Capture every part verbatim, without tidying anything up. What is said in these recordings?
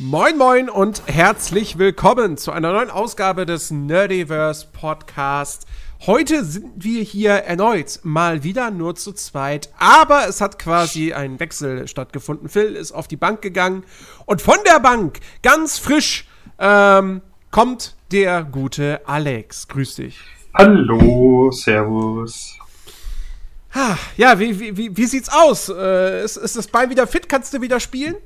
Moin moin und herzlich willkommen zu einer neuen Ausgabe des Nerdiverse Podcast. Heute sind wir hier erneut mal wieder nur zu zweit, aber es hat quasi ein Wechsel stattgefunden. Phil ist auf die Bank gegangen und von der Bank, ganz frisch, ähm, kommt der gute Alex. Grüß dich. Hallo, servus. Ja, wie, wie, wie, wie sieht's aus? Äh, ist, ist das Bein wieder fit? Kannst du wieder spielen?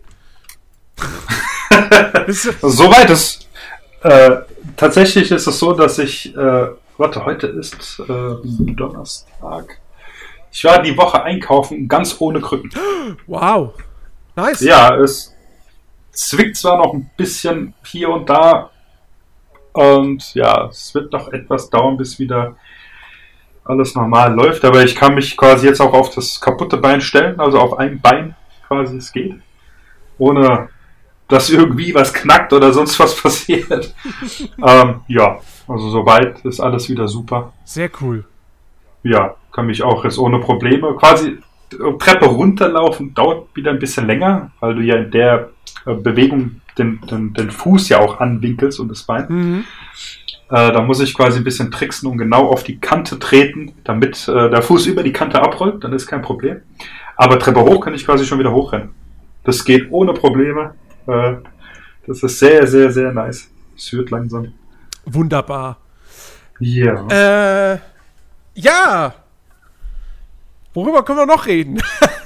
Soweit ist. Äh, tatsächlich ist es so, dass ich. Äh, warte, heute ist äh, Donnerstag. Ich war die Woche einkaufen, ganz ohne Krücken. Wow. Nice. Ja, es zwickt zwar noch ein bisschen hier und da. Und ja, es wird noch etwas dauern, bis wieder alles normal läuft. Aber ich kann mich quasi jetzt auch auf das kaputte Bein stellen, also auf ein Bein quasi es geht. Ohne dass irgendwie was knackt oder sonst was passiert. ähm, ja, also soweit ist alles wieder super. Sehr cool. Ja, kann mich auch jetzt ohne Probleme quasi Treppe runterlaufen, dauert wieder ein bisschen länger, weil du ja in der äh, Bewegung den, den, den Fuß ja auch anwinkelst und das Bein. Mhm. Äh, da muss ich quasi ein bisschen tricksen und genau auf die Kante treten, damit äh, der Fuß über die Kante abrollt, dann ist kein Problem. Aber Treppe hoch kann ich quasi schon wieder hochrennen. Das geht ohne Probleme. Äh, das ist sehr, sehr, sehr nice. Es wird langsam. Wunderbar. Ja. Äh, ja. Worüber können wir noch reden?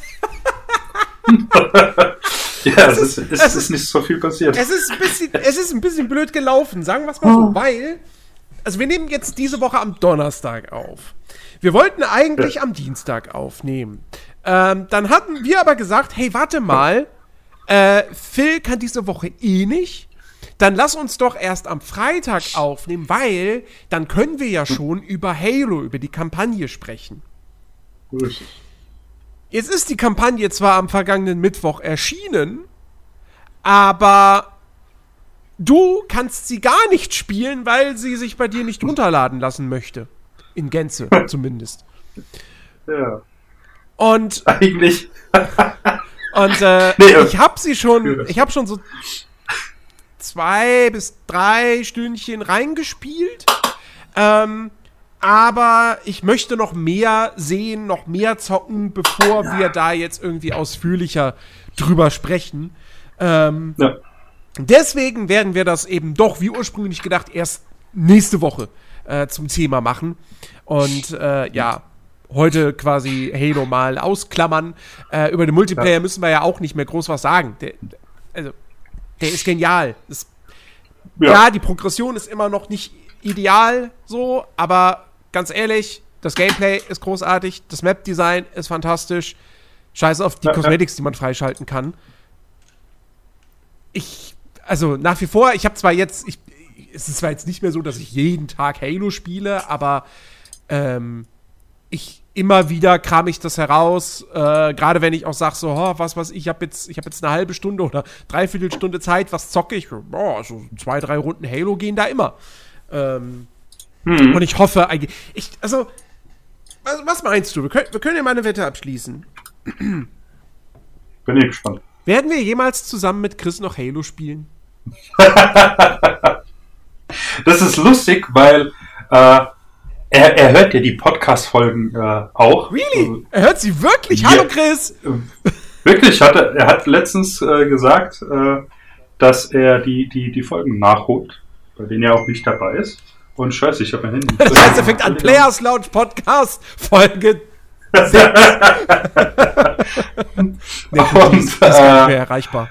Ja, es, es, ist, es, es ist nicht so viel passiert. Es ist ein bisschen, es ist ein bisschen blöd gelaufen, sagen wir es mal so, oh. weil, also wir nehmen jetzt diese Woche am Donnerstag auf. Wir wollten eigentlich ja. am Dienstag aufnehmen. Ähm, dann hatten wir aber gesagt, hey, warte mal, äh, Phil kann diese Woche eh nicht. Dann lass uns doch erst am Freitag aufnehmen, weil dann können wir ja schon über Halo, über die Kampagne sprechen. Richtig. Jetzt ist die Kampagne zwar am vergangenen Mittwoch erschienen, aber du kannst sie gar nicht spielen, weil sie sich bei dir nicht runterladen lassen möchte. In Gänze zumindest. Ja. Und eigentlich. Und äh, nee, ich habe sie schon, ich habe schon so zwei bis drei Stündchen reingespielt. Ähm, aber ich möchte noch mehr sehen, noch mehr zocken, bevor wir da jetzt irgendwie ausführlicher drüber sprechen. Ähm, ja. Deswegen werden wir das eben doch, wie ursprünglich gedacht, erst nächste Woche äh, zum Thema machen. Und äh, ja, heute quasi Halo mal ausklammern. Äh, über den Multiplayer ja. müssen wir ja auch nicht mehr groß was sagen. Der, also, der ist genial. Das, ja. ja, die Progression ist immer noch nicht ideal so, aber ganz ehrlich, das Gameplay ist großartig, das Map-Design ist fantastisch. Scheiß auf die ja, Cosmetics, ja. die man freischalten kann. Ich, also nach wie vor, ich habe zwar jetzt, ich, es ist zwar jetzt nicht mehr so, dass ich jeden Tag Halo spiele, aber ähm, ich immer wieder kram ich das heraus, äh, gerade wenn ich auch sage, so, oh, was weiß ich, ich habe jetzt, ich hab jetzt eine halbe Stunde oder dreiviertel Stunde Zeit, was zocke ich? Boah, so zwei, drei Runden Halo gehen da immer. Ähm, hm. Und ich hoffe, ich, also, was, was meinst du? Wir können, wir können ja mal eine Wette abschließen. Bin ich gespannt. Werden wir jemals zusammen mit Chris noch Halo spielen? Das ist lustig, weil äh, Er, er hört ja die Podcast-Folgen äh, auch. Really? Also, er hört sie wirklich? Ja, hallo Chris! Äh, wirklich, hat er, er hat letztens äh, gesagt, äh, dass er die, die, die Folgen nachholt, bei denen er auch nicht dabei ist. Und scheiße, ich habe mein Handy. Das heißt, er fängt an Players Lounge Podcast Folge sechs. Nee, und, ist, ist äh, nicht mehr erreichbar.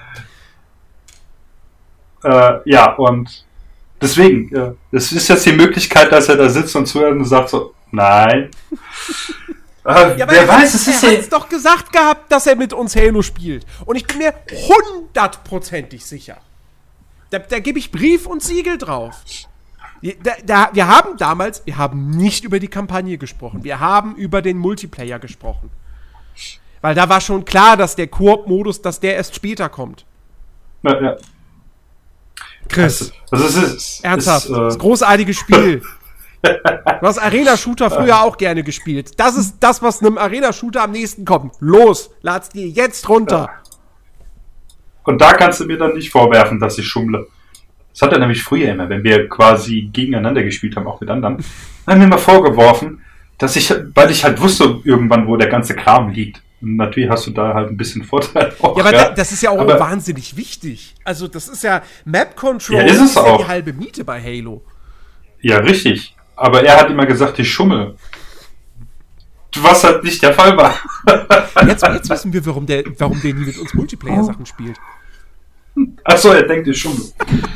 Äh, ja, und deswegen, ja, es ist jetzt die Möglichkeit, dass er da sitzt und zuhört und sagt so, nein. äh, ja, wer weiß, hat, es ist er hat's doch gesagt gehabt, dass er mit uns Halo spielt. Und ich bin mir hundertprozentig sicher. Da, da gebe ich Brief und Siegel drauf. Da, da, wir haben damals, wir haben nicht über die Kampagne gesprochen. Wir haben über den Multiplayer gesprochen. Weil da war schon klar, dass der Koop-Modus, dass der erst später kommt. Ja, ja. Chris, also, also es ist, ernsthaft, ist, äh, das großartige Spiel. Du hast Arena-Shooter früher auch gerne gespielt. Das ist das, was einem Arena-Shooter am nächsten kommt. Los, lad's dir jetzt runter. Und da kannst du mir dann nicht vorwerfen, dass ich schummle. Das hat er nämlich früher immer, wenn wir quasi gegeneinander gespielt haben, auch mit anderen, dann haben wir immer vorgeworfen, dass ich, weil ich halt wusste irgendwann, wo der ganze Kram liegt. Und natürlich hast du da halt ein bisschen Vorteil auch. Ja, aber ja. das ist ja auch aber, wahnsinnig wichtig. Also das ist ja, Map Control ja, ist, es ist ja auch. die halbe Miete bei Halo. Ja, richtig. Aber er hat immer gesagt, ich schummel. Was halt nicht der Fall war. Jetzt, jetzt wissen wir, warum der, warum der nie mit uns Multiplayer-Sachen spielt. Achso, er denkt, ich schummel.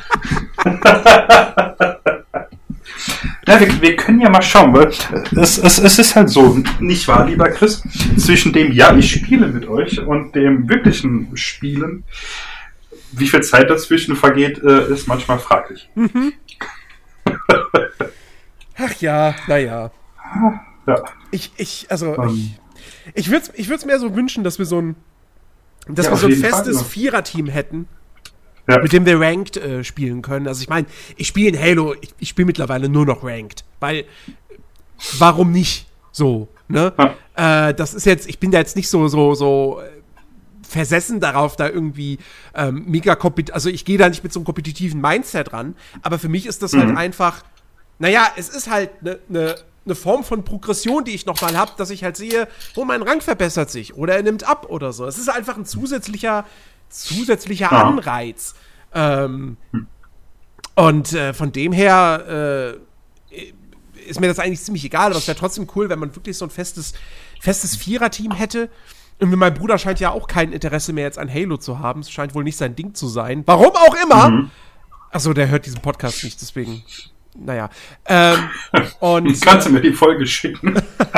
Ja, wir, wir können ja mal schauen, weil es, es, es ist halt so, nicht wahr, lieber Chris? Zwischen dem, ja, ich spiele mit euch und dem wirklichen Spielen, wie viel Zeit dazwischen vergeht, äh, ist manchmal fraglich. Mhm. Ach ja, naja. Ja. Ich, ich, also, Um. ich, ich würde es ich würd's mir so wünschen, dass wir so ein, dass Ja, wir auf so ein jeden festes Fall, ja. Viererteam hätten, Ja. mit dem wir Ranked äh, spielen können. Also ich meine, ich spiele in Halo, ich, ich spiele mittlerweile nur noch Ranked, weil, warum nicht so, ne? Ja. Äh, das ist jetzt, ich bin da jetzt nicht so, so, so äh, versessen darauf, da irgendwie ähm, mega kompetitiv, also ich gehe da nicht mit so einem kompetitiven Mindset ran, aber für mich ist das mhm. halt einfach, naja, es ist halt eine ne, ne Form von Progression, die ich nochmal habe, dass ich halt sehe, oh, mein Rang verbessert sich oder er nimmt ab oder so. Es ist einfach ein zusätzlicher zusätzlicher ja. Anreiz. Ähm, hm. Und äh, von dem her äh, ist mir das eigentlich ziemlich egal, aber es wäre trotzdem cool, wenn man wirklich so ein festes, festes Vierer-Team hätte. Und mein Bruder scheint ja auch kein Interesse mehr jetzt an Halo zu haben. Es scheint wohl nicht sein Ding zu sein. Warum auch immer. Mhm. Achso, der hört diesen Podcast nicht, deswegen. Naja. Ähm, und kannst du mir die Folge schicken?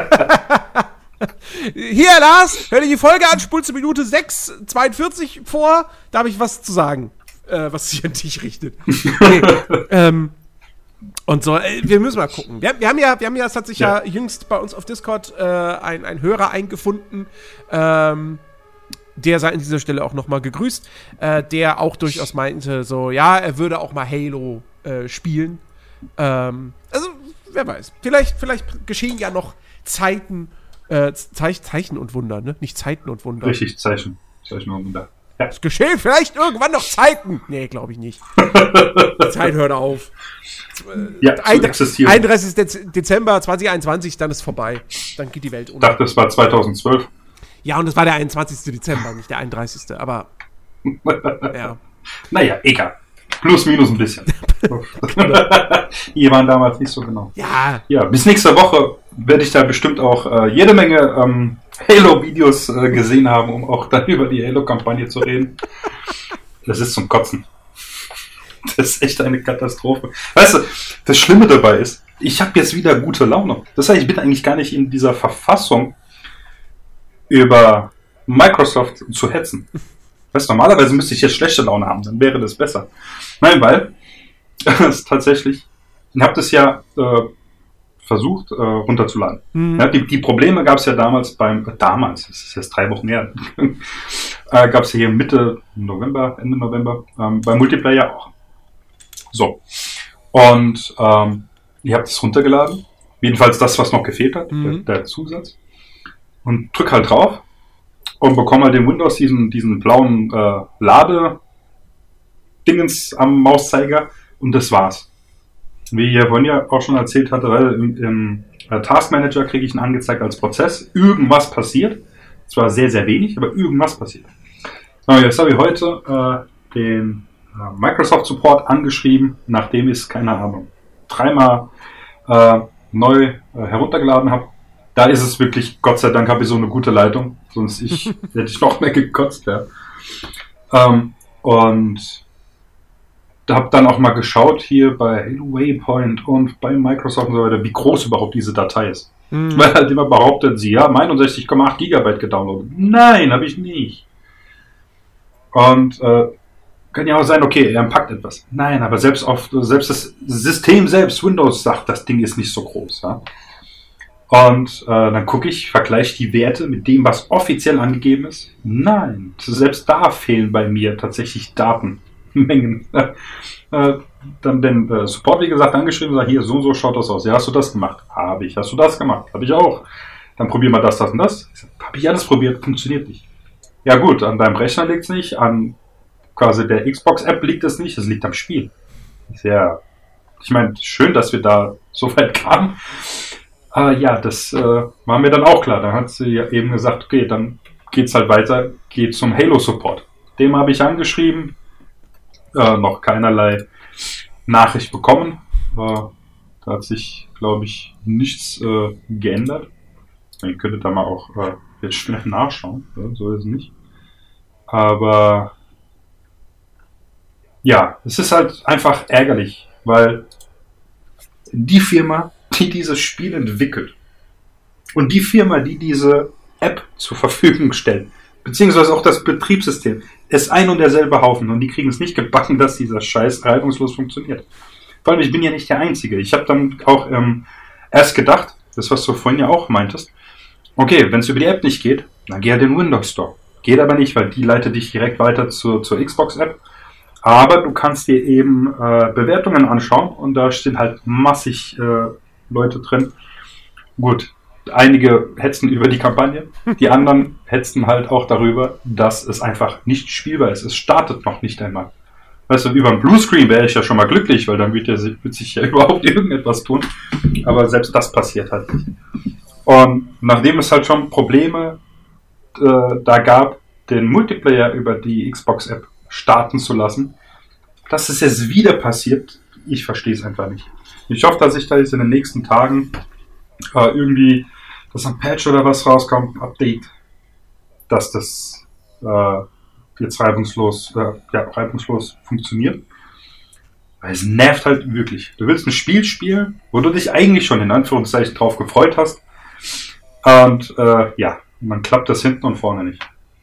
Hier, Lars, hör dir die Folge an, spul zu Minute sechs zweiundvierzig vor. Da habe ich was zu sagen, äh, was sich an dich richtet. Nee, ähm, und so, äh, wir müssen mal gucken. Wir, wir haben ja, wir haben ja, es hat sich ja, ja jüngst bei uns auf Discord äh, ein, ein Hörer eingefunden, ähm, der sei an dieser Stelle auch nochmal gegrüßt, äh, der auch durchaus meinte, so, ja, er würde auch mal Halo äh, spielen. Ähm, also, wer weiß. Vielleicht, vielleicht geschehen ja noch Zeiten, äh, Zeich, Zeichen und Wunder, ne? Nicht Zeiten und Wunder. Richtig, Zeichen. Zeichen und Wunder. Ja. Es geschehen vielleicht irgendwann noch Zeiten. Nee, glaube ich nicht. Die Zeit hört auf. Ja, existieren. einunddreißigsten Dezember zweitausendeinundzwanzig, dann ist vorbei. Dann geht die Welt um. Ich dachte, das war zweitausendzwölf. Ja, und das war der einundzwanzigsten Dezember, nicht der einunddreißigste Aber, ja. Naja, egal. Plus, minus ein bisschen. Die waren damals nicht so genau. Ja. Ja, bis nächste Woche werde ich da bestimmt auch äh, jede Menge ähm, Halo-Videos äh, gesehen haben, um auch dann über die Halo-Kampagne zu reden. Das ist zum Kotzen. Das ist echt eine Katastrophe. Weißt du, das Schlimme dabei ist, ich habe jetzt wieder gute Laune. Das heißt, ich bin eigentlich gar nicht in dieser Verfassung, über Microsoft zu hetzen. Weißt du, normalerweise müsste ich jetzt schlechte Laune haben, dann wäre das besser. Nein, weil es tatsächlich, ich habe das ja äh, versucht äh, runterzuladen. Mhm. Ja, die, die Probleme gab es ja damals beim, äh, damals, das ist jetzt drei Wochen her, äh, gab es ja hier Mitte November, Ende November, ähm, beim Multiplayer auch. So. Und ähm, ich habe das runtergeladen. Jedenfalls das, was noch gefehlt hat, mhm. der, der Zusatz. Und drück halt drauf und bekomme halt in Windows diesen, diesen blauen äh, Lade-Dingens am Mauszeiger und das war's. Wie ja vorhin ja auch schon erzählt hatte, weil im, im äh, Task Manager kriege ich ihn angezeigt als Prozess. Irgendwas passiert. Zwar sehr, sehr wenig, aber irgendwas passiert. So, jetzt habe ich heute äh, den äh, Microsoft Support angeschrieben, nachdem ich es, keine Ahnung, dreimal äh, neu äh, heruntergeladen habe. Da ist es wirklich, Gott sei Dank habe ich so eine gute Leitung, sonst ich, hätte ich noch mehr gekotzt. Ja. Ähm, und da habe dann auch mal geschaut hier bei Halo Waypoint und bei Microsoft und so weiter, wie groß überhaupt diese Datei ist. Mhm. Weil halt immer behauptet sie, ja, einundsechzig Komma acht Gigabyte gedownloadet. Nein, habe ich nicht. Und äh, kann ja auch sein, okay, er packt etwas. Nein, aber selbst auf selbst das System selbst, Windows, sagt, das Ding ist nicht so groß. Ja? Und äh, dann gucke ich, vergleiche die Werte mit dem, was offiziell angegeben ist. Nein, selbst da fehlen bei mir tatsächlich Datenmengen. äh, dann den äh, Support, wie gesagt, angeschrieben, sagt, hier, so und so schaut das aus. Ja, hast du das gemacht? Habe ich. Hast du das gemacht? Habe ich auch. Dann probier mal das, das und das. Habe ich alles probiert, funktioniert nicht. Ja gut, an deinem Rechner liegt es nicht, an quasi der Xbox-App liegt es nicht, es liegt am Spiel. Sehr, ich meine, schön, dass wir da so weit kamen. Aber ja, das äh, war mir dann auch klar. Dann hat sie ja eben gesagt, okay, dann geht's halt weiter, geht zum Halo-Support. Dem habe ich angeschrieben, äh, noch keinerlei Nachricht bekommen. Äh, da hat sich, glaube ich, nichts äh, geändert. Ihr könntet da mal auch äh, jetzt schnell nachschauen, ja, so ist es nicht. Aber ja, es ist halt einfach ärgerlich, weil die Firma, die dieses Spiel entwickelt und die Firma, die diese App zur Verfügung stellt, beziehungsweise auch das Betriebssystem, ist ein und derselbe Haufen und die kriegen es nicht gebacken, dass dieser Scheiß reibungslos funktioniert. Vor allem, ich bin ja nicht der Einzige. Ich habe dann auch ähm, erst gedacht, das was du vorhin ja auch meintest, okay, wenn es über die App nicht geht, dann geh halt in den Windows Store. Geht aber nicht, weil die leitet dich direkt weiter zur, zur Xbox-App. Aber du kannst dir eben äh, Bewertungen anschauen und da stehen halt massig äh, Leute drin. Gut, einige hetzen über die Kampagne, die anderen hetzen halt auch darüber, dass es einfach nicht spielbar ist. Es startet noch nicht einmal. Weißt du, über ein Bluescreen wäre ich ja schon mal glücklich, weil dann wird, ja, wird sich ja überhaupt irgendetwas tun. Aber selbst das passiert halt nicht. Und nachdem es halt schon Probleme äh, da gab, den Multiplayer über die Xbox-App starten zu lassen, dass es jetzt wieder passiert, ich verstehe es einfach nicht. Ich hoffe, dass ich da jetzt in den nächsten Tagen äh, irgendwie, dass ein Patch oder was rauskommt, Update, dass das äh, jetzt reibungslos, äh, ja, reibungslos funktioniert. Weil es nervt halt wirklich. Du willst ein Spiel spielen, wo du dich eigentlich schon in Anführungszeichen drauf gefreut hast. Und äh, ja, man klappt das hinten und vorne nicht.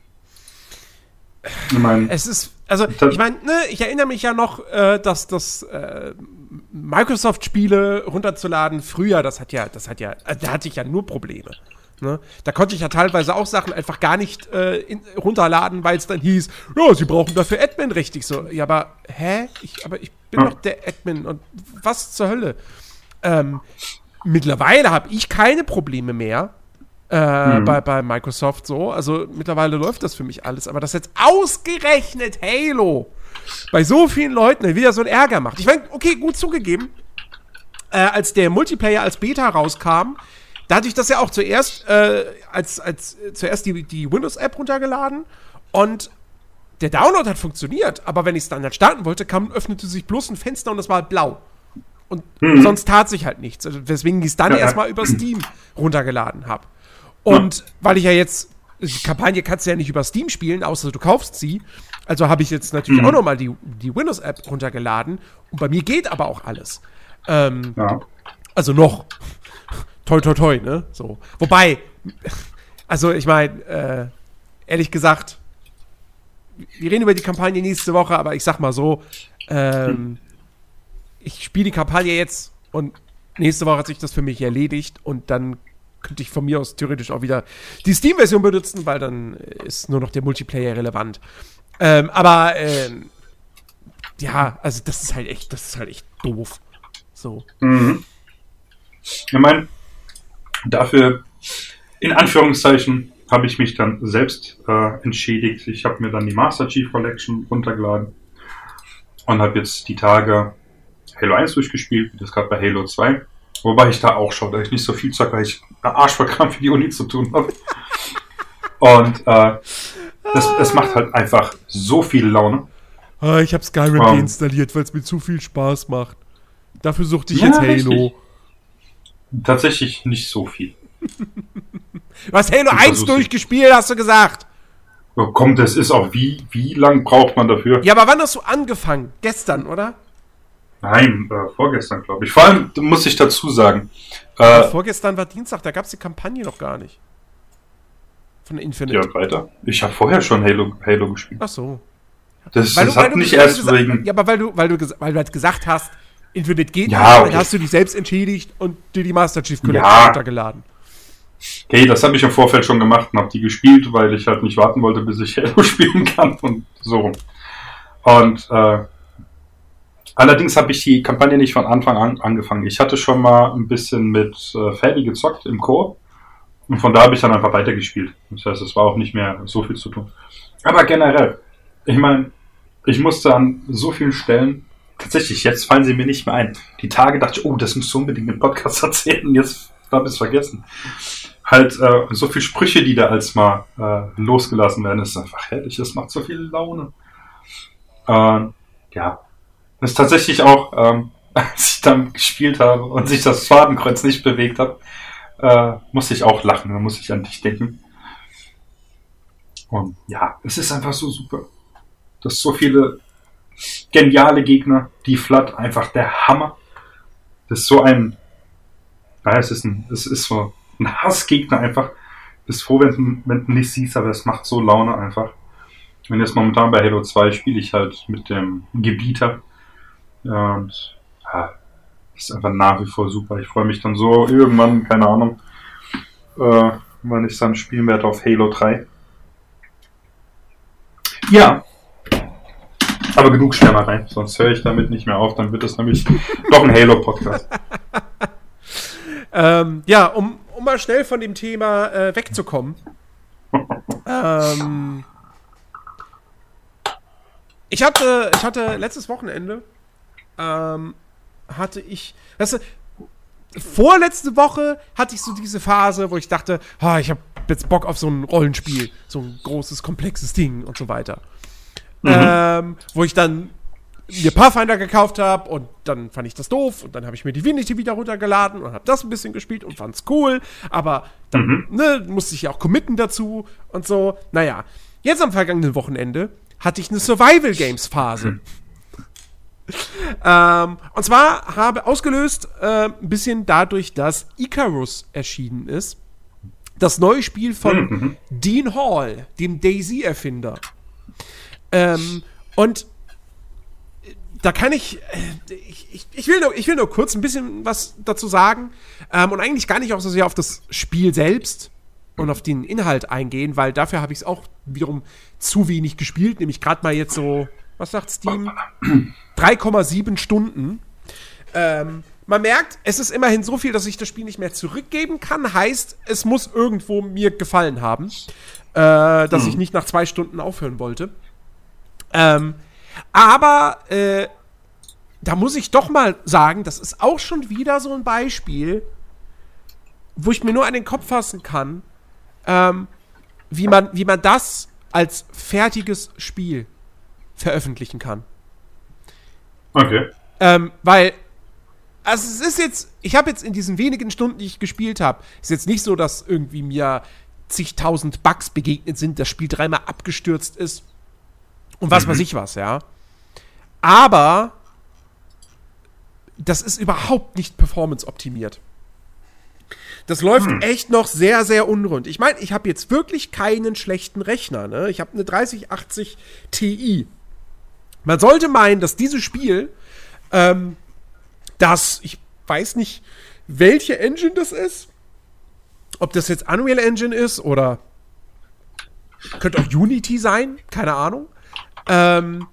Ich mein, es ist, also ich meine, ne, ich erinnere mich ja noch, äh, dass das äh, Microsoft-Spiele runterzuladen früher, das hat ja, das hat ja, äh, da hatte ich ja nur Probleme. Ne? Da konnte ich ja teilweise auch Sachen einfach gar nicht äh, in, runterladen, weil es dann hieß, ja, sie brauchen dafür Admin richtig so. Ja, aber hä? Ich, aber ich bin doch der Admin und was zur Hölle? Ähm, mittlerweile habe ich keine Probleme mehr. Äh, mhm. bei, bei Microsoft so. Also mittlerweile läuft das für mich alles. Aber dass jetzt ausgerechnet Halo bei so vielen Leuten wieder so einen Ärger macht. Ich meine, okay, gut zugegeben, äh, als der Multiplayer als Beta rauskam, da hatte ich das ja auch zuerst äh, als, als zuerst die, die Windows-App runtergeladen und der Download hat funktioniert. Aber wenn ich es dann halt starten wollte, kam, öffnete sich bloß ein Fenster und es war halt blau. Und mhm. sonst tat sich halt nichts. Also weswegen ich es dann ja, erstmal über Steam runtergeladen habe. Und ja. weil ich ja jetzt, die Kampagne kannst du ja nicht über Steam spielen, außer du kaufst sie. Also habe ich jetzt natürlich mhm. auch nochmal die, die Windows-App runtergeladen. Und bei mir geht aber auch alles. Ähm, ja. Also noch. Toi, toi, toi, ne? So. Wobei, also ich meine, äh, ehrlich gesagt, wir reden über die Kampagne nächste Woche, aber ich sag mal so, ähm, mhm. ich spiele die Kampagne jetzt und nächste Woche hat sich das für mich erledigt und dann könnte ich von mir aus theoretisch auch wieder die Steam-Version benutzen, weil dann ist nur noch der Multiplayer relevant. Ähm, aber ähm, ja, also das ist halt echt, das ist halt echt doof. So. Mhm. Ich meine, dafür, in Anführungszeichen, habe ich mich dann selbst äh, entschädigt. Ich habe mir dann die Master Chief Collection runtergeladen und habe jetzt die Tage Halo eins durchgespielt, wie das gerade bei Halo zwei. Wobei ich da auch schaue, da ich nicht so viel zocke, weil ich Arsch voll Kram für die Uni zu tun habe. Und äh, das, das macht halt einfach so viel Laune. Ah, ich habe Skyrim um, deinstalliert, weil es mir zu viel Spaß macht. Dafür suchte ich ja, jetzt Halo. Richtig. Tatsächlich nicht so viel. Du hast Halo ich eins durchgespielt, hast du gesagt. Oh, komm, das ist auch, wie, wie lang braucht man dafür? Ja, aber wann hast du angefangen? Gestern, oder? Nein, äh, vorgestern, glaube ich. Vor allem muss ich dazu sagen. Äh, vorgestern war Dienstag, da gab es die Kampagne noch gar nicht. Von Infinite. Ja, weiter. Ich habe vorher schon Halo, Halo gespielt. Ach so. Das, das du, hat nicht erst gesagt, wegen... Ja, aber weil du, weil, du, weil du halt gesagt hast, Infinite geht ja, nicht, okay. dann hast du dich selbst entschädigt und dir die Master Chief Collection ja. runtergeladen. Okay, das habe ich im Vorfeld schon gemacht und habe die gespielt, weil ich halt nicht warten wollte, bis ich Halo spielen kann und so rum. Und äh, allerdings habe ich die Kampagne nicht von Anfang an angefangen. Ich hatte schon mal ein bisschen mit äh, Fanny gezockt im Koop und von da habe ich dann einfach weitergespielt. Das heißt, es war auch nicht mehr so viel zu tun. Aber generell, ich meine, ich musste an so vielen Stellen, tatsächlich, jetzt fallen sie mir nicht mehr ein. Die Tage dachte ich, oh, das musst du unbedingt im Podcast erzählen, jetzt habe ich es vergessen. Halt, äh, so viele Sprüche, die da als mal äh, losgelassen werden, ist einfach herrlich, das macht so viel Laune. Äh, ja, das ist tatsächlich auch, ähm, als ich dann gespielt habe und sich das Fadenkreuz nicht bewegt hat, äh, musste ich auch lachen, da musste ich an dich denken. Und ja, es ist einfach so super. Das ist so viele geniale Gegner, die Flood, einfach der Hammer. Das ist so ein, naja, es ist ein, es ist so ein Hassgegner einfach. Bist froh, wenn du, wenn du nicht siehst, aber es macht so Laune einfach. Und jetzt momentan bei Halo zwei spiele ich halt mit dem Gebieter. Und ja, ist einfach nach wie vor super. Ich freue mich dann so irgendwann, keine Ahnung, äh, wann ich dann spielen werde auf Halo drei. Ja. Aber genug Schwärmerei, sonst höre ich damit nicht mehr auf, dann wird es nämlich doch ein Halo-Podcast. ähm, ja, um, um mal schnell von dem Thema äh, wegzukommen. ähm, ich hatte, ich hatte letztes Wochenende ähm, hatte ich, weißt du, vorletzte Woche hatte ich so diese Phase, wo ich dachte, oh, ich habe jetzt Bock auf so ein Rollenspiel, so ein großes, komplexes Ding und so weiter. Mhm. Ähm, wo ich dann mir Pathfinder gekauft habe und dann fand ich das doof und dann habe ich mir Divinity wieder runtergeladen und habe das ein bisschen gespielt und fand's cool, aber dann mhm. ne, musste ich ja auch committen dazu und so. Naja, jetzt am vergangenen Wochenende hatte ich eine Survival-Games-Phase. Mhm. ähm, und zwar habe ausgelöst äh, ein bisschen dadurch, dass Icarus erschienen ist. Das neue Spiel von mhm. Dean Hall, dem DayZ-Erfinder. Ähm, und da kann ich, äh, ich, ich, ich, will nur, ich will nur kurz ein bisschen was dazu sagen ähm, und eigentlich gar nicht auch so sehr auf das Spiel selbst und auf den Inhalt eingehen, weil dafür habe ich es auch wiederum zu wenig gespielt, nämlich gerade mal jetzt so, was sagt Steam? drei Komma sieben Stunden. Ähm, man merkt, es ist immerhin so viel, dass ich das Spiel nicht mehr zurückgeben kann, heißt, es muss irgendwo mir gefallen haben, äh, dass mhm. ich nicht nach zwei Stunden aufhören wollte. Ähm, aber äh, da muss ich doch mal sagen, das ist auch schon wieder so ein Beispiel, wo ich mir nur an den Kopf fassen kann, ähm, wie man, wie man das als fertiges Spiel veröffentlichen kann. Okay. Ähm, weil, also es ist jetzt, ich habe jetzt in diesen wenigen Stunden, die ich gespielt habe, ist jetzt nicht so, dass irgendwie mir zigtausend Bugs begegnet sind, das Spiel dreimal abgestürzt ist und was mhm. weiß ich was, ja. Aber das ist überhaupt nicht performance-optimiert. Das läuft hm. echt noch sehr, sehr unrund. Ich meine, ich habe jetzt wirklich keinen schlechten Rechner, ne? Ich habe eine dreißig achtzig Ti. Man sollte meinen, dass dieses Spiel, ähm, das, ich weiß nicht, welche Engine das ist, ob das jetzt Unreal Engine ist oder könnte auch Unity sein, keine Ahnung. Ähm,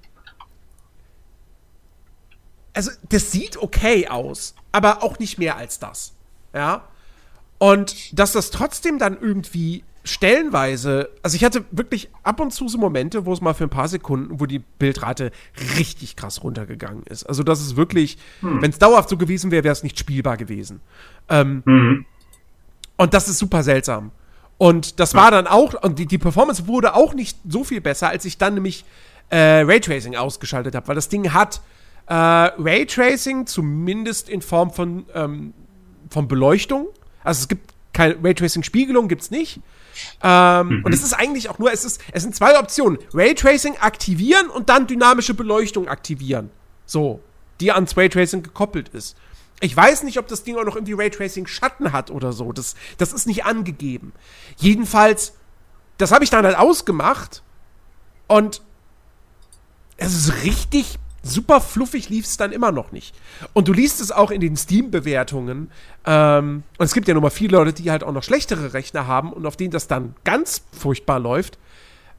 also, das sieht okay aus, aber auch nicht mehr als das, ja. Und dass das trotzdem dann irgendwie stellenweise, also ich hatte wirklich ab und zu so Momente, wo es mal für ein paar Sekunden, wo die Bildrate richtig krass runtergegangen ist. Also das ist wirklich, hm. wenn es dauerhaft so gewesen wäre, wäre es nicht spielbar gewesen. Ähm, mhm. Und das ist super seltsam. Und das war dann auch, und die, die Performance wurde auch nicht so viel besser, als ich dann nämlich äh, Raytracing ausgeschaltet habe, weil das Ding hat äh, Raytracing zumindest in Form von, ähm, von Beleuchtung. Also es gibt keine Raytracing-Spiegelung, gibt's nicht. Ähm, mhm. Und es ist eigentlich auch nur, es ist, es sind zwei Optionen. Raytracing aktivieren und dann dynamische Beleuchtung aktivieren. So, die ans Raytracing gekoppelt ist. Ich weiß nicht, ob das Ding auch noch irgendwie Raytracing-Schatten hat oder so. Das, das ist nicht angegeben. Jedenfalls, das habe ich dann halt ausgemacht und es ist richtig super fluffig, lief es dann immer noch nicht. Und du liest es auch in den Steam-Bewertungen. Ähm, und es gibt ja nun mal viele Leute, die halt auch noch schlechtere Rechner haben und auf denen das dann ganz furchtbar läuft.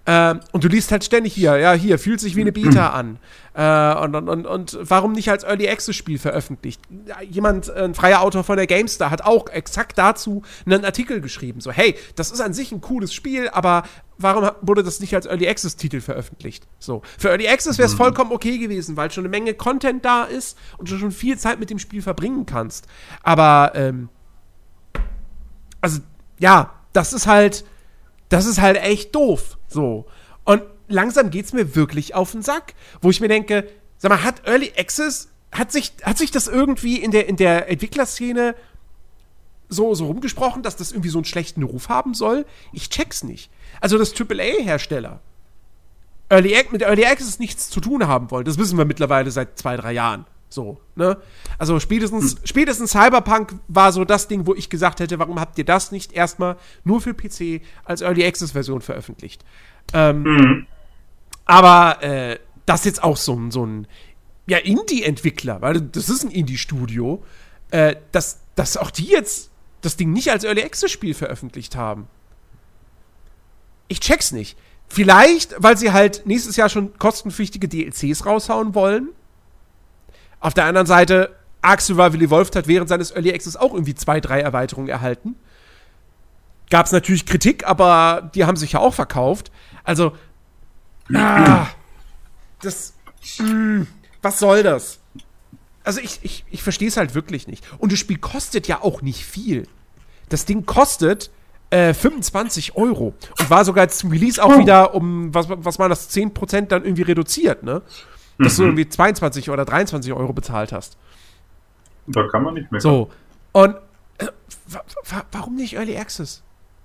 Äh, und du liest halt ständig hier, ja, hier, fühlt sich wie eine Beta an. Äh, und, und, und, und warum nicht als Early Access Spiel veröffentlicht? Jemand, ein freier Autor von der GameStar, hat auch exakt dazu einen Artikel geschrieben. So, hey, das ist an sich ein cooles Spiel, aber warum wurde das nicht als Early Access Titel veröffentlicht? So, für Early Access wäre es vollkommen okay gewesen, weil schon eine Menge Content da ist und du schon viel Zeit mit dem Spiel verbringen kannst. Aber, ähm, also, ja, das ist halt, das ist halt echt doof. So. Und langsam geht's mir wirklich auf den Sack, wo ich mir denke, sag mal, hat Early Access, hat sich, hat sich das irgendwie in der, in der Entwicklerszene so, so rumgesprochen, dass das irgendwie so einen schlechten Ruf haben soll? Ich check's nicht. Also, dass Triple A-Hersteller Early, mit Early Access nichts zu tun haben wollen, das wissen wir mittlerweile seit zwei, drei Jahren. So, ne? Also spätestens, hm. spätestens Cyberpunk war so das Ding, wo ich gesagt hätte, warum habt ihr das nicht erstmal nur für P C als Early Access Version veröffentlicht? Ähm, mhm. Aber äh, das jetzt auch so ein, so ein ja, Indie-Entwickler, weil das ist ein Indie-Studio, äh, dass, dass auch die jetzt das Ding nicht als Early Access Spiel veröffentlicht haben. Ich check's nicht. Vielleicht, weil sie halt nächstes Jahr schon kostenpflichtige D L Cs raushauen wollen. Auf der anderen Seite, Ark Survival Evolved hat während seines Early Access auch irgendwie zwei, drei Erweiterungen erhalten. Gab's natürlich Kritik, aber die haben sich ja auch verkauft. Also, ah, das, mh, was soll das? Also ich, ich, ich verstehe es halt wirklich nicht. Und das Spiel kostet ja auch nicht viel. Das Ding kostet äh, fünfundzwanzig Euro und war sogar zum Release auch wieder um, was, was war das, zehn Prozent dann irgendwie reduziert, ne? Dass mhm. du irgendwie zweiundzwanzig oder dreiundzwanzig Euro bezahlt hast. Da kann man nicht mehr. So, und äh, wa- wa- warum nicht Early Access?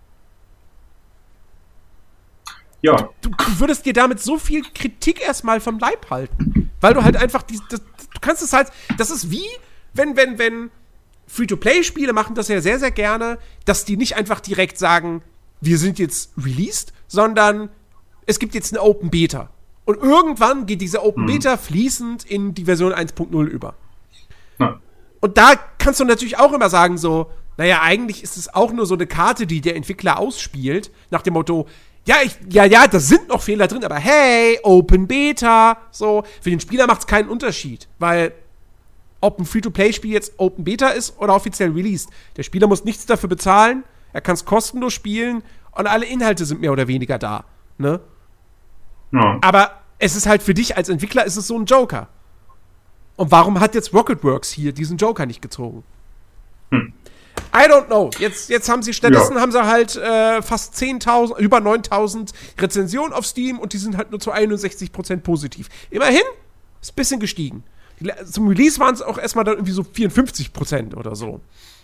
Ja. Du, du würdest dir damit so viel Kritik erstmal vom Leib halten. Weil du halt einfach, die, das, du kannst es halt, das ist wie, wenn, wenn, wenn Free-to-Play-Spiele machen das ja sehr, sehr gerne, dass die nicht einfach direkt sagen, wir sind jetzt released, sondern es gibt jetzt eine Open Beta. Und irgendwann geht diese Open Beta hm. fließend in die Version eins Punkt null über. Ja. Und da kannst du natürlich auch immer sagen so, naja, eigentlich ist es auch nur so eine Karte, die der Entwickler ausspielt, nach dem Motto, ja, ich, ja, ja, da sind noch Fehler drin, aber hey, Open Beta, so, für den Spieler macht es keinen Unterschied, weil ob ein Free-to-Play-Spiel jetzt Open Beta ist oder offiziell released, der Spieler muss nichts dafür bezahlen, er kann es kostenlos spielen und alle Inhalte sind mehr oder weniger da, ne? Ja. Aber es ist halt für dich als Entwickler ist es so ein Joker. Und warum hat jetzt Rocketworks hier diesen Joker nicht gezogen? Hm. I don't know. Jetzt, jetzt haben sie stattdessen ja. haben sie halt äh, fast zehntausend, über neuntausend Rezensionen auf Steam und die sind halt nur zu einundsechzig Prozent positiv. Immerhin ist ein bisschen gestiegen. Die, zum Release waren es auch erstmal dann irgendwie so vierundfünfzig Prozent oder so.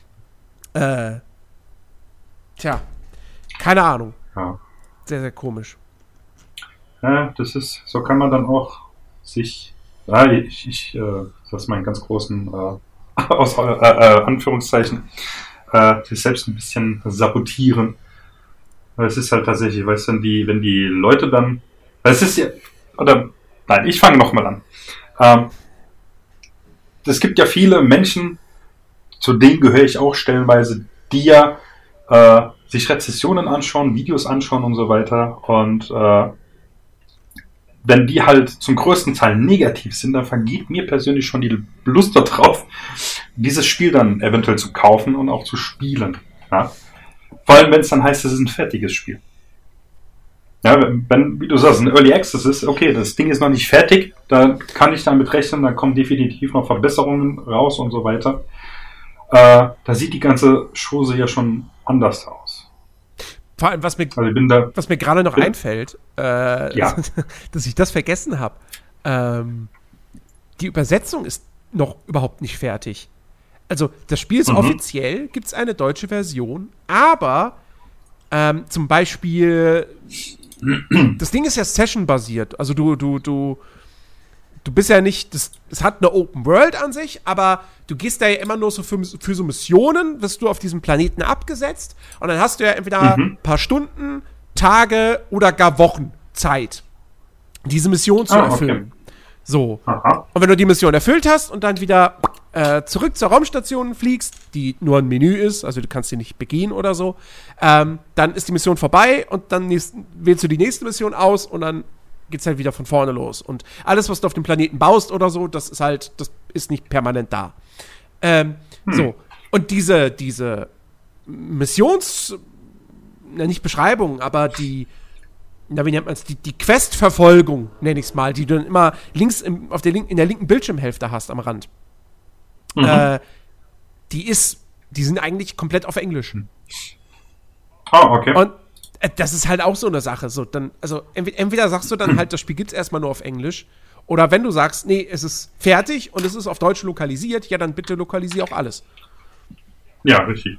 Äh, tja, keine Ahnung. Ja. Sehr, sehr komisch. Ja, das ist, so kann man dann auch sich, ja, ich, ich äh, das ist mein ganz großen, äh, aus äh, äh, Anführungszeichen, äh, sich selbst ein bisschen sabotieren. Weil es ist halt tatsächlich, weißt du, wenn die, wenn die Leute dann, es ist ja, oder, nein, ich fange nochmal an. Ähm, es gibt ja viele Menschen, zu denen gehöre ich auch stellenweise, die ja äh, sich Rezensionen anschauen, Videos anschauen und so weiter und äh, wenn die halt zum größten Teil negativ sind, dann vergeht mir persönlich schon die Lust darauf, dieses Spiel dann eventuell zu kaufen und auch zu spielen. Ja? Vor allem, wenn es dann heißt, es ist ein fertiges Spiel. Ja, wenn, wie du sagst, ein Early Access ist, okay, das Ding ist noch nicht fertig, da kann ich damit rechnen, da kommen definitiv noch Verbesserungen raus und so weiter. Äh, da sieht die ganze Chose ja schon anders aus. Vor allem, was mir, also da, was mir gerade noch bin, einfällt, äh, ja. dass ich das vergessen habe. Ähm, die Übersetzung ist noch überhaupt nicht fertig. Also, das Spiel ist mhm. offiziell, gibt es eine deutsche Version, aber ähm, zum Beispiel, das Ding ist ja Session-basiert. Also, du, du, du, du bist ja nicht, das, es hat eine Open World an sich, aber du gehst da ja immer nur so für, für so Missionen, wirst du auf diesem Planeten abgesetzt und dann hast du ja entweder mhm. ein paar Stunden, Tage oder gar Wochen Zeit, diese Mission zu ah, erfüllen. Okay. So. Aha. Und wenn du die Mission erfüllt hast und dann wieder äh, zurück zur Raumstation fliegst, die nur ein Menü ist, also du kannst sie nicht begehen oder so, ähm, dann ist die Mission vorbei und dann nächst, wählst du die nächste Mission aus und dann geht's halt wieder von vorne los. Und alles, was du auf dem Planeten baust oder so, das ist halt, das ist nicht permanent da. Ähm, hm. So. Und diese, diese Missions, na, nicht Beschreibung, aber die, na, wie nennt man es, die, die Quest-Verfolgung, nenne ich es mal, die du dann immer links im, auf der Link, in der linken Bildschirmhälfte hast am Rand. Mhm. Äh, die ist, die sind eigentlich komplett auf Englisch. Oh, okay. Und das ist halt auch so eine Sache. So, dann, also entweder, entweder sagst du dann halt, das Spiel gibt's erstmal nur auf Englisch, oder wenn du sagst, nee, es ist fertig und es ist auf Deutsch lokalisiert, ja, dann bitte lokalisier auch alles. Ja, richtig.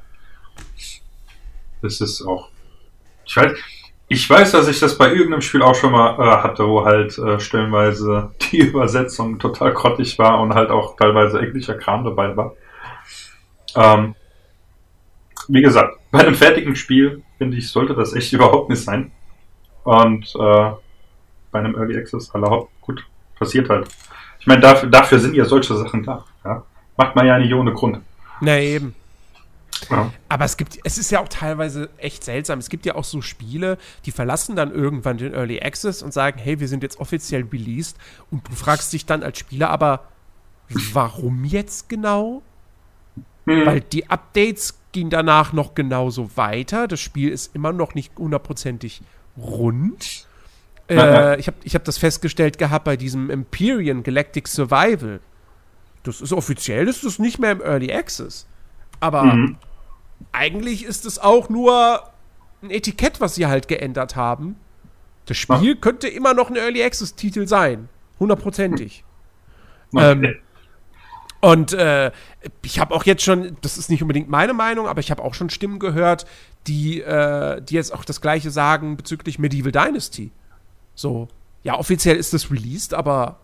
Das ist auch. Ich weiß, ich weiß, dass ich das bei irgendeinem Spiel auch schon mal äh, hatte, wo halt äh, stellenweise die Übersetzung total grottig war und halt auch teilweise englischer Kram dabei war. Ähm, wie gesagt, bei einem fertigen Spiel, finde ich, sollte das echt überhaupt nicht sein. Und äh, bei einem Early Access, allerhaupt, gut, passiert halt. Ich meine, dafür, dafür sind ja solche Sachen da. Ja? Macht man ja nicht ohne Grund. Na eben. Ja. Aber es gibt, es ist ja auch teilweise echt seltsam. Es gibt ja auch so Spiele, die verlassen dann irgendwann den Early Access und sagen, hey, wir sind jetzt offiziell released. Und du fragst dich dann als Spieler, aber warum jetzt genau? Hm. Weil die Updates gehen danach noch genauso weiter. Das Spiel ist immer noch nicht hundertprozentig rund. Äh, ja. Ich habe ich hab das festgestellt gehabt bei diesem Empyrean Galactic Survival. Das ist offiziell, das ist nicht mehr im Early Access. Aber mhm. eigentlich ist es auch nur ein Etikett, was sie halt geändert haben. Das Spiel Ach. könnte immer noch ein Early Access-Titel sein. Hundertprozentig. Okay. Ähm, und äh, ich habe auch jetzt schon, das ist nicht unbedingt meine Meinung, aber ich habe auch schon Stimmen gehört, die, äh, die jetzt auch das Gleiche sagen bezüglich Medieval Dynasty. So, ja, offiziell ist das released, aber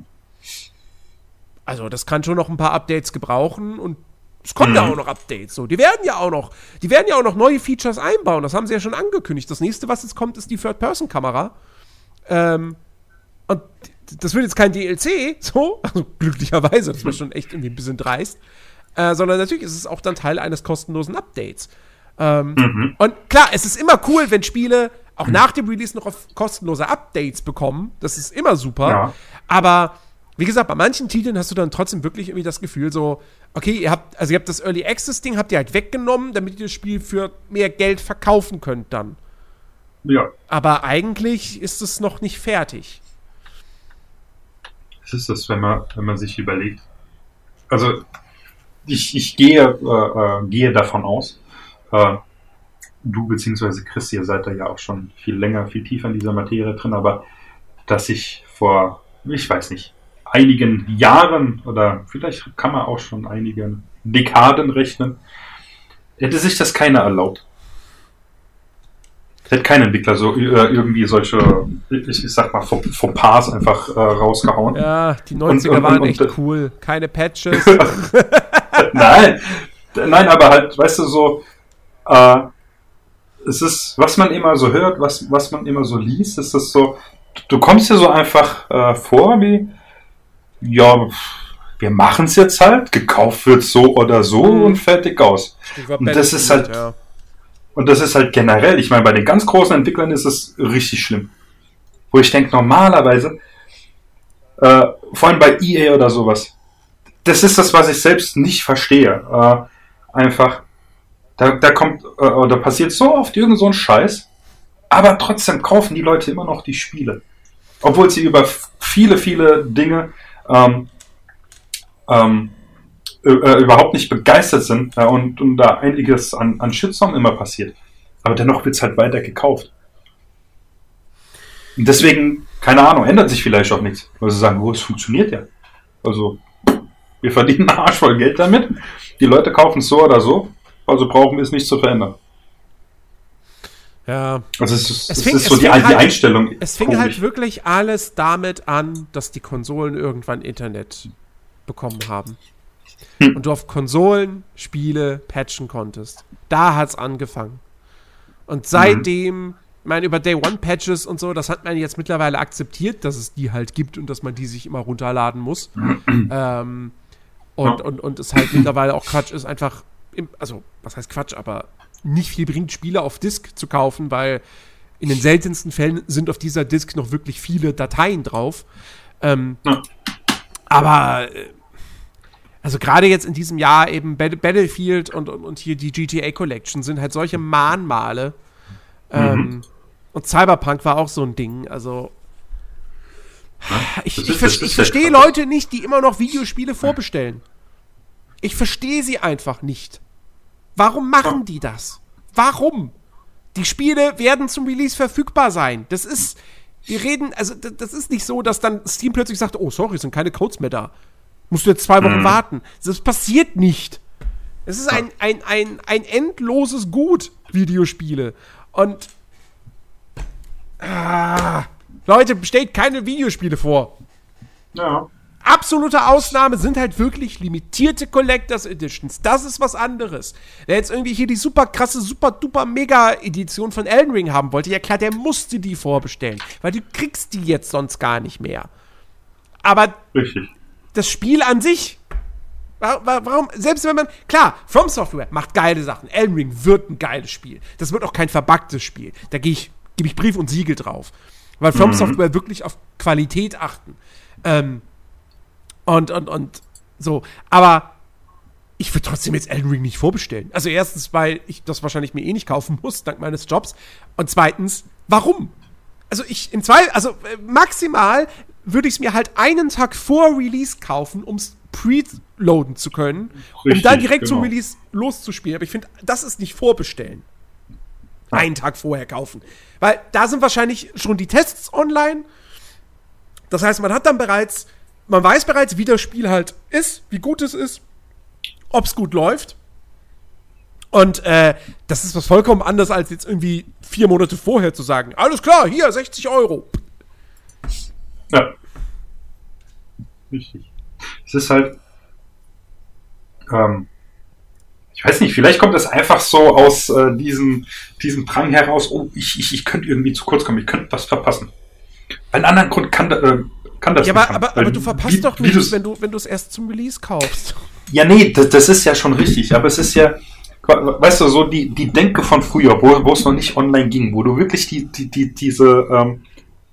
also das kann schon noch ein paar Updates gebrauchen und es kommen mhm. ja auch noch Updates. So, die werden ja auch noch, die werden ja auch noch neue Features einbauen. Das haben sie ja schon angekündigt. Das nächste, was jetzt kommt, ist die Third-Person-Kamera. Ähm, und das wird jetzt kein D L C, so, also glücklicherweise, das wäre schon echt irgendwie ein bisschen dreist. Äh, sondern natürlich ist es auch dann Teil eines kostenlosen Updates. Ähm, mhm. Und klar, es ist immer cool, wenn Spiele auch mhm. nach dem Release noch auf kostenlose Updates bekommen. Das ist immer super. Ja. Aber wie gesagt, bei manchen Titeln hast du dann trotzdem wirklich irgendwie das Gefühl so, okay, ihr habt, also ihr habt das Early Access Ding habt ihr halt weggenommen, damit ihr das Spiel für mehr Geld verkaufen könnt dann. Ja. Aber eigentlich ist es noch nicht fertig. Was ist das, wenn man, wenn man sich überlegt? Also, ich, ich gehe, äh, äh, gehe davon aus, äh, du bzw. Chris, ihr seid da ja auch schon viel länger, viel tiefer in dieser Materie drin, aber dass ich vor, ich weiß nicht, einigen Jahren oder vielleicht kann man auch schon einigen Dekaden rechnen, hätte sich das keiner erlaubt. Hätte kein Entwickler so äh, irgendwie solche, ich, ich sag mal, Fauxpas einfach äh, rausgehauen. Ja, die neunziger und, und, waren und, echt und, cool. Keine Patches. nein, nein, aber halt, weißt du, so äh, es ist, was man immer so hört, was, was man immer so liest, ist das so, du kommst dir so einfach äh, vor wie ja, wir machen es jetzt halt, gekauft wird so oder so mhm. und fertig aus. Und das ist halt, ja. und das ist halt generell, ich meine, bei den ganz großen Entwicklern ist es richtig schlimm. Wo ich denke, normalerweise, äh, vor allem bei E A oder sowas, das ist das, was ich selbst nicht verstehe. Äh, einfach, da, da kommt, äh, oder passiert so oft irgend so ein Scheiß, aber trotzdem kaufen die Leute immer noch die Spiele. Obwohl sie über viele, viele Dinge Ähm, ähm, äh, überhaupt nicht begeistert sind äh, und, und da einiges an, an Shitstorm immer passiert. Aber dennoch wird es halt weiter gekauft. Und deswegen, keine Ahnung, ändert sich vielleicht auch nichts. Weil sie sagen, oh, es funktioniert ja. Also, wir verdienen einen Arsch voll Geld damit. Die Leute kaufen es so oder so. Also brauchen wir es nicht zu verändern. Ja. Also es ist, es es fing, ist so es die, halt, die Einstellung. Es fing komisch. halt wirklich alles damit an, dass die Konsolen irgendwann Internet bekommen haben. Hm. Und du auf Konsolen Spiele patchen konntest. Da hat's angefangen. Und seitdem, mhm. ich meine, über Day-One-Patches und so, das hat man jetzt mittlerweile akzeptiert, dass es die halt gibt und dass man die sich immer runterladen muss. ähm, Und, Ja. und, und es halt mittlerweile auch Quatsch ist, einfach, im, also, was heißt Quatsch, aber nicht viel bringt, Spiele auf Disk zu kaufen, weil in den seltensten Fällen sind auf dieser Disk noch wirklich viele Dateien drauf. Ähm, Ja. Aber, äh, also gerade jetzt in diesem Jahr eben Bat- Battlefield und, und, und hier die G T A Collection sind halt solche Mahnmale. Ähm, Mhm. Und Cyberpunk war auch so ein Ding, also Ja, ich, das ich, ist- ver- das ist ich ja verstehe krass. Leute nicht, die immer noch Videospiele vorbestellen. Ich verstehe sie einfach nicht. Warum machen Ja. die das? Warum? Die Spiele werden zum Release verfügbar sein. Das ist, wir reden, also das, das ist nicht so, dass dann Steam plötzlich sagt, oh sorry, es sind keine Codes mehr da. Musst du jetzt zwei Wochen Mhm. warten. Das passiert nicht. Es ist Ja. ein, ein, ein, ein endloses Gut, Videospiele. Und ah, Leute, bestellt keine Videospiele vor. Ja. Absolute Ausnahme sind halt wirklich limitierte Collectors Editions. Das ist was anderes. Wer jetzt irgendwie hier die super krasse, super duper mega Edition von Elden Ring haben wollte, ja klar, der musste die vorbestellen. Weil du kriegst die jetzt sonst gar nicht mehr. Aber Richtig. das Spiel an sich, wa- wa- warum, selbst wenn man, klar, From Software macht geile Sachen. Elden Ring wird ein geiles Spiel. Das wird auch kein verbuggtes Spiel. Da gehe ich, gebe ich Brief und Siegel drauf. Weil From Mhm. Software wirklich auf Qualität achten. Ähm, und, und, und so. Aber ich würde trotzdem jetzt Elden Ring nicht vorbestellen. Also erstens, weil ich das wahrscheinlich mir eh nicht kaufen muss, dank meines Jobs. Und zweitens, warum? Also ich, im Zweifel, also äh, maximal würde ich es mir halt einen Tag vor Release kaufen, um es preloaden zu können, um Richtig, dann direkt zum genau. Release loszuspielen. Aber ich finde, das ist nicht vorbestellen. Einen Tag vorher kaufen. Weil da sind wahrscheinlich schon die Tests online. Das heißt, man hat dann bereits, man weiß bereits, wie das Spiel halt ist, wie gut es ist, ob es gut läuft. Und äh, das ist was vollkommen anderes, als jetzt irgendwie vier Monate vorher zu sagen, alles klar, hier, sechzig Euro. Ja. Richtig. Es ist halt, ähm, ich weiß nicht, vielleicht kommt es einfach so aus äh, diesem, diesem Drang heraus, oh, ich, ich, ich könnte irgendwie zu kurz kommen, ich könnte was verpassen. Einen anderen Grund kann, äh, kann das Ja, nicht aber, haben, aber, weil aber du verpasst wie- doch wie nichts, du's- wenn du wenn du es erst zum Release kaufst. Ja, nee, das, das ist ja schon richtig, aber es ist ja, weißt du, so die, die Denke von früher, wo, wo es noch nicht online ging, wo du wirklich die, die, die, diese ähm,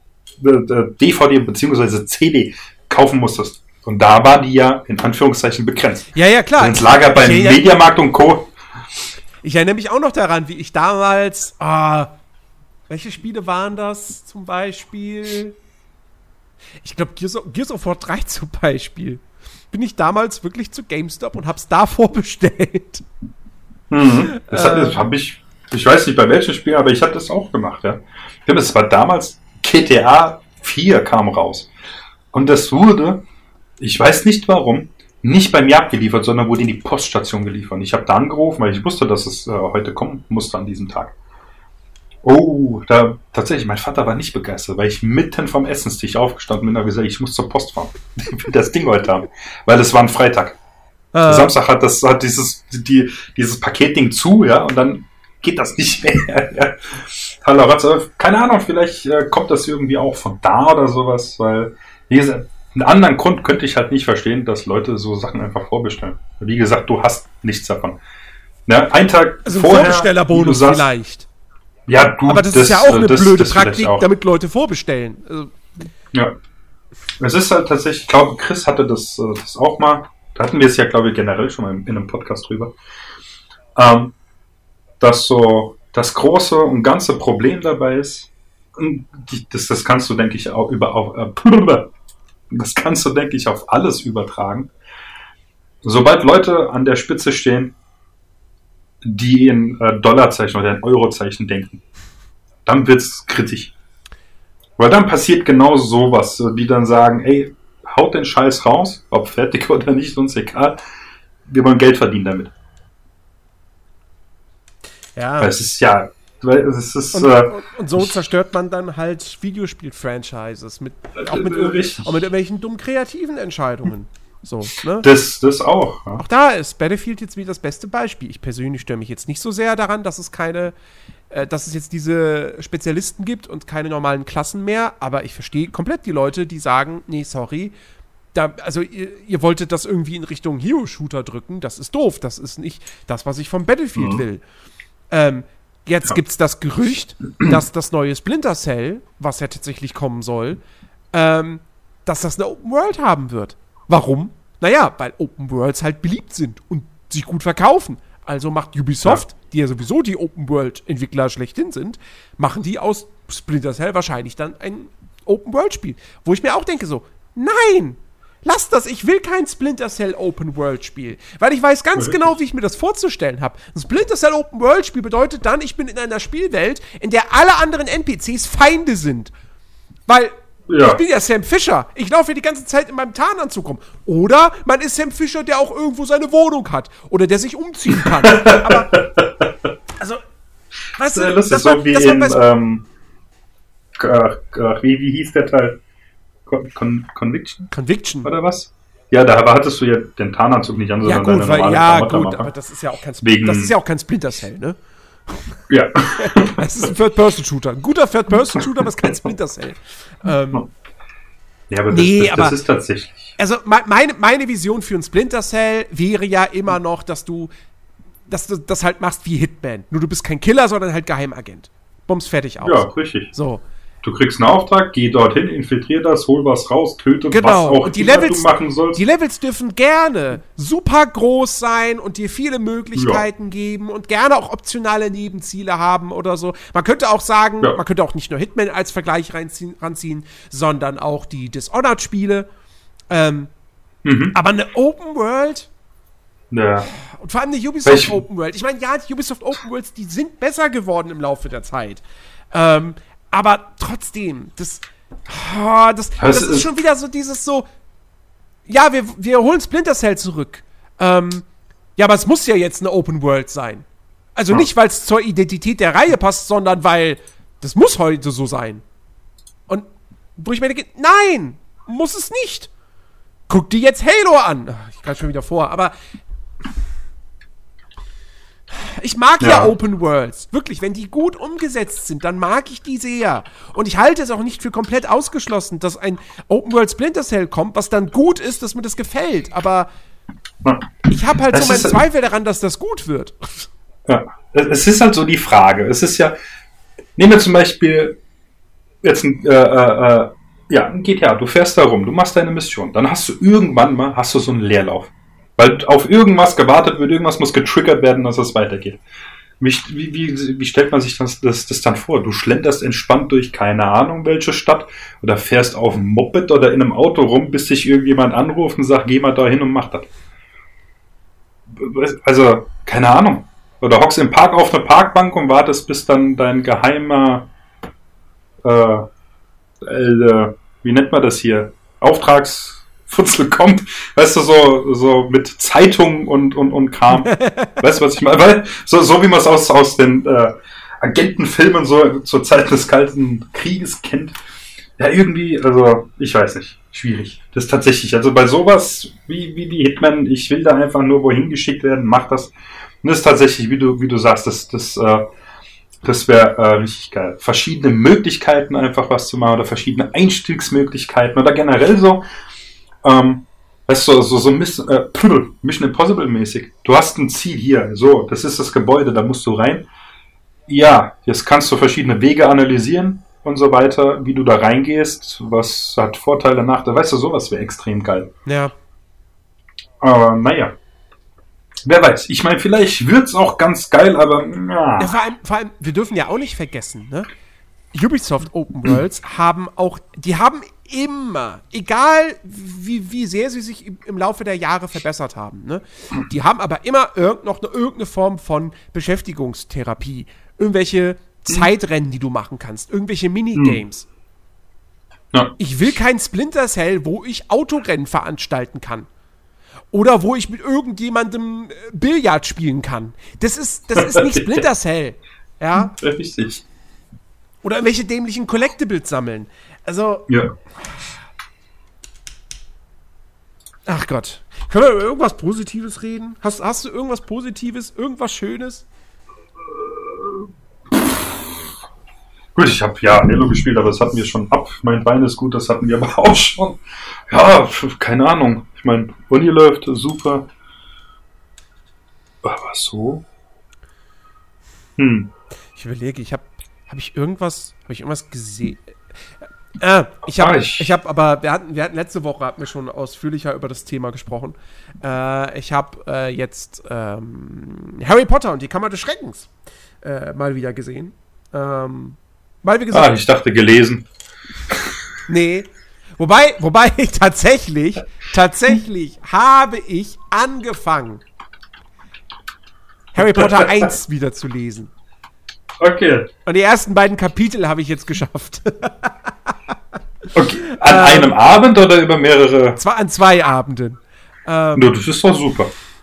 D V D bzw. C D kaufen musstest. Und da war die ja in Anführungszeichen begrenzt. Ja, ja, klar. Ins Lager beim Ich- ich- Mediamarkt und Co. Ich erinnere mich auch noch daran, wie ich damals, ah, welche Spiele waren das zum Beispiel? Ich glaube, Gears, of- Gears of War drei zum Beispiel. Bin ich damals wirklich zu GameStop und hab's da vorbestellt. Mhm. Das, hat- Äh. das habe ich, ich weiß nicht bei welchem Spiel, aber ich hatte das auch gemacht, ja. Es war damals, G T A vier kam raus. Und das wurde, ich weiß nicht warum, nicht bei mir abgeliefert, sondern wurde in die Poststation geliefert. Und ich habe da angerufen, weil ich wusste, dass es äh, heute kommen musste an diesem Tag. Oh, da tatsächlich, mein Vater war nicht begeistert, weil ich mitten vom Essenstisch aufgestanden bin und habe gesagt, ich muss zur Post fahren. Ich will das Ding heute haben. Weil es war ein Freitag. Äh, Samstag hat das hat dieses die, dieses Paketding zu, ja, und dann geht das nicht mehr. Ja. Hallo, Ratze, keine Ahnung, vielleicht äh, kommt das irgendwie auch von da oder sowas, weil wie gesagt, einen anderen Grund könnte ich halt nicht verstehen, dass Leute so Sachen einfach vorbestellen. Wie gesagt, du hast nichts davon. Ja, ein Tag also ein vorher, wie du Vorbestellerbonus sagst, vielleicht. Ja, du, Aber das, ist ja auch eine das- blöde das vielleicht Praktik, auch. damit Leute vorbestellen. Also, Ja. Es ist halt tatsächlich, ich glaube, Chris hatte das, äh, das auch mal. Da hatten wir es ja, glaube ich, generell schon mal in, in einem Podcast drüber. Ähm, dass so das große und ganze Problem dabei ist, und die- das, das kannst du, denke ich, auch über auf, äh, das kannst du, denke ich, auf alles übertragen. Sobald Leute an der Spitze stehen, die in äh, Dollarzeichen oder in Eurozeichen denken, dann wird's kritisch. Weil dann passiert genau sowas, die dann sagen, ey, haut den Scheiß raus, ob fertig oder nicht, uns egal. Wir wollen Geld verdienen damit. ja. Weil es ist ja, weil es ist, Und, äh, und, und so zerstört man dann halt Videospiel-Franchises. Mit, auch, mit, Äh, richtig. auch mit irgendwelchen dummen kreativen Entscheidungen. So, ne? das, das auch. Ja. Auch da ist Battlefield jetzt wieder das beste Beispiel. Ich persönlich störe mich jetzt nicht so sehr daran, dass es keine, äh, dass es jetzt diese Spezialisten gibt und keine normalen Klassen mehr, aber ich verstehe komplett die Leute, die sagen, nee, sorry, da, also ihr, ihr wolltet das irgendwie in Richtung Hero-Shooter drücken, das ist doof, das ist nicht das, was ich vom Battlefield mhm. will. Ähm, jetzt ja. gibt's das Gerücht, dass das neue Splinter Cell, was ja tatsächlich kommen soll, ähm, dass das eine Open World haben wird. Warum? Naja, weil Open Worlds halt beliebt sind und sich gut verkaufen. Also macht Ubisoft, ja. die ja sowieso die Open World Entwickler schlechthin sind, machen die aus Splinter Cell wahrscheinlich dann ein Open World Spiel. Wo ich mir auch denke so, nein! Lass das, ich will kein Splinter Cell Open World Spiel. Weil ich weiß ganz genau, wie ich mir das vorzustellen habe. Ein Splinter Cell Open World Spiel bedeutet dann, ich bin in einer Spielwelt, in der alle anderen N P Cs Feinde sind. Weil ja. ich bin ja Sam Fisher. Ich laufe ja die ganze Zeit in meinem Tarnanzug rum. Oder man ist Sam Fisher, der auch irgendwo seine Wohnung hat. Oder der sich umziehen kann. Aber, also, weißt du, das ist so war, wie in, ähm, ach, ach, wie, wie hieß der Teil? Con- Con- Conviction? Conviction. Oder was? Ja, da hattest du ja den Tarnanzug nicht an, sondern ja, gut, deine weil, normale ja, Klamotte gut, machen. aber das ist ja auch kein, Sp- Wegen- das ist ja auch kein Splinter Cell, ne? Ja. Das ist ein Third-Person-Shooter. Ein guter Third-Person-Shooter, aber es ist kein Splinter Cell. Ähm, ja, aber das, nee, das, das aber, ist tatsächlich. Also, me- meine, meine Vision für ein Splinter Cell wäre ja immer noch, dass du dass du das halt machst wie Hitman. Nur du bist kein Killer, sondern halt Geheimagent. Bums, fertig aus. Ja, richtig. So. Du kriegst einen Auftrag, geh dorthin, infiltrier das, hol was raus, töte Genau. was auch und die immer Levels, du machen sollst. Die Levels dürfen gerne super groß sein und dir viele Möglichkeiten ja. geben und gerne auch optionale Nebenziele haben oder so. Man könnte auch sagen, ja. man könnte auch nicht nur Hitman als Vergleich reinziehen, ranziehen, sondern auch die Dishonored-Spiele. Ähm, mhm. Aber eine Open World... Ja. Und vor allem eine Ubisoft ich, Open World. Ich meine, ja, die Ubisoft Open Worlds, die sind besser geworden im Laufe der Zeit. Ähm, aber trotzdem, das, oh, das, das ist, ist schon wieder so dieses so, ja, wir, wir holen Splinter Cell zurück. Ähm, ja, aber es muss ja jetzt eine Open World sein. Also ja. nicht, weil es zur Identität der Reihe passt, sondern weil das muss heute so sein. Und wo ich mir denke, nein, muss es nicht. Guck dir jetzt Halo an. Ich greife schon wieder vor, aber ich mag ja. ja Open Worlds. Wirklich, wenn die gut umgesetzt sind, dann mag ich die sehr. Und ich halte es auch nicht für komplett ausgeschlossen, dass ein Open World Splinter Cell kommt, was dann gut ist, dass mir das gefällt. Aber ja. ich habe halt das so meinen Zweifel daran, dass das gut wird. Ja, es ist halt so die Frage. Es ist ja, nehmen wir zum Beispiel jetzt ein, äh, äh, ja, ein G T A. Du fährst da rum, du machst deine Mission. Dann hast du irgendwann mal, hast du so einen Leerlauf. Weil auf irgendwas gewartet wird, irgendwas muss getriggert werden, dass es weitergeht. Wie, wie, wie, wie stellt man sich das, das, das dann vor? Du schlenderst entspannt durch keine Ahnung welche Stadt oder fährst auf einem Moped oder in einem Auto rum, bis sich irgendjemand anruft und sagt, geh mal da hin und mach das. Also, keine Ahnung. Oder hockst im Park auf einer Parkbank und wartest, bis dann dein geheimer äh, äh, wie nennt man das hier? Auftrags Futzel kommt, weißt du, so, so mit Zeitung und, und, und Kram. Weißt du, was ich meine? Weil, so, so wie man es aus, aus den äh, Agentenfilmen so zur Zeit des Kalten Krieges kennt. Ja, irgendwie, also, ich weiß nicht. Schwierig. Das ist tatsächlich, also bei sowas wie, wie die Hitman, ich will da einfach nur wohin geschickt werden, mach das. Und das ist tatsächlich, wie du, wie du sagst, das, das, äh, das wäre äh, richtig geil. Verschiedene Möglichkeiten einfach was zu machen oder verschiedene Einstiegsmöglichkeiten oder generell so, Ähm, weißt du, so, so Miss, äh, Mission Impossible mäßig. Du hast ein Ziel hier, so, das ist das Gebäude, da musst du rein. Ja, jetzt kannst du verschiedene Wege analysieren und so weiter, wie du da reingehst, was hat Vorteile, Nachteile, weißt du, sowas wäre extrem geil. Ja. Aber naja, wer weiß. Ich meine, vielleicht wird's auch ganz geil, aber na. Ja, vor allem, vor allem, wir dürfen ja auch nicht vergessen, ne? Ubisoft Open Worlds haben auch, die haben immer, egal wie, wie sehr sie sich im, im Laufe der Jahre verbessert haben, ne? Die haben aber immer irgend, noch eine, irgendeine Form von Beschäftigungstherapie. Irgendwelche Zeitrennen, die du machen kannst. Irgendwelche Minigames. Ja. Ich will kein Splinter Cell, wo ich Autorennen veranstalten kann. Oder wo ich mit irgendjemandem Billard spielen kann. Das ist, das ist nicht Splinter Cell. Ja? Richtig. Oder irgendwelche dämlichen Collectibles sammeln. Also. Ja. Ach Gott. Können wir über irgendwas Positives reden? Hast, hast du irgendwas Positives? Irgendwas Schönes? Gut, ich habe ja Halo gespielt, aber das hatten wir schon ab. Mein Bein ist gut, das hatten wir aber auch schon. Ja, keine Ahnung. Ich meine, Uni läuft super. Aber so? Hm. Ich überlege, ich habe habe ich irgendwas, habe ich irgendwas gesehen? Äh, ich habe, ich, ich habe, aber wir hatten, wir hatten letzte Woche hatten wir schon ausführlicher über das Thema gesprochen. Äh, ich habe äh, jetzt ähm, Harry Potter und die Kammer des Schreckens äh, mal wieder gesehen. Ähm, weil wie gesagt, ah, ich dachte gelesen. Nee. Wobei, wobei ich tatsächlich, tatsächlich habe ich angefangen, Harry Potter eins wieder zu lesen. Okay. Und die ersten beiden Kapitel habe ich jetzt geschafft. Okay. An ähm, einem Abend oder über mehrere? Zwar an zwei Abenden. Ähm, no, das ist doch super.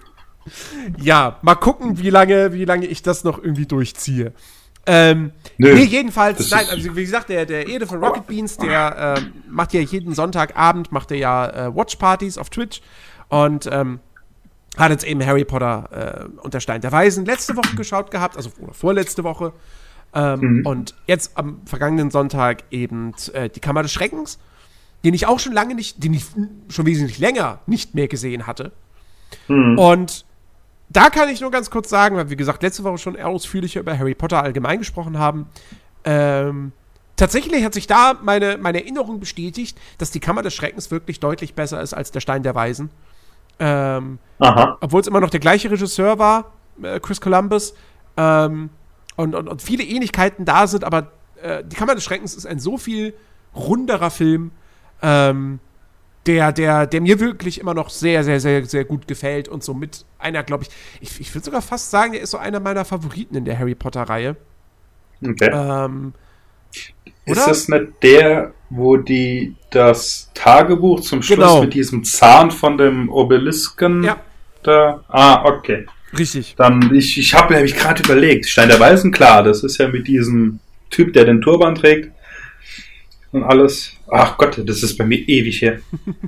Ja, mal gucken, wie lange, wie lange ich das noch irgendwie durchziehe. Ähm, Nö, nee, jedenfalls, nein, also wie gesagt, der, der Ede von Rocket Beans, der ähm, macht ja jeden Sonntagabend, macht er ja äh, Watchpartys auf Twitch und ähm, hat jetzt eben Harry Potter äh, und der Stein der Weisen letzte Woche geschaut gehabt, also oder vorletzte Woche. Ähm, mhm. Und jetzt am vergangenen Sonntag eben äh, die Kammer des Schreckens, den ich auch schon lange nicht, den ich schon wesentlich länger nicht mehr gesehen hatte. Mhm. Und da kann ich nur ganz kurz sagen, weil wir, wie gesagt, letzte Woche schon ausführlicher über Harry Potter allgemein gesprochen haben. Ähm, tatsächlich hat sich da meine, meine Erinnerung bestätigt, dass die Kammer des Schreckens wirklich deutlich besser ist als der Stein der Weisen. Ähm, obwohl es immer noch der gleiche Regisseur war, äh, Chris Columbus, ähm, und, und, und viele Ähnlichkeiten da sind, aber äh, die Kammer des Schreckens ist ein so viel runderer Film, ähm, der, der, der mir wirklich immer noch sehr, sehr, sehr, sehr gut gefällt und somit einer, glaube ich, ich, ich würde sogar fast sagen, der ist so einer meiner Favoriten in der Harry Potter-Reihe. Okay. Ähm, ist oder? Das nicht der, wo die das Tagebuch zum Schluss genau. mit diesem Zahn von dem Obelisken ja. da? Ah, okay. Richtig. Dann, ich, ich habe nämlich gerade überlegt, Stein der Weisen, klar, das ist ja mit diesem Typ, der den Turban trägt und alles. Ach Gott, das ist bei mir ewig her.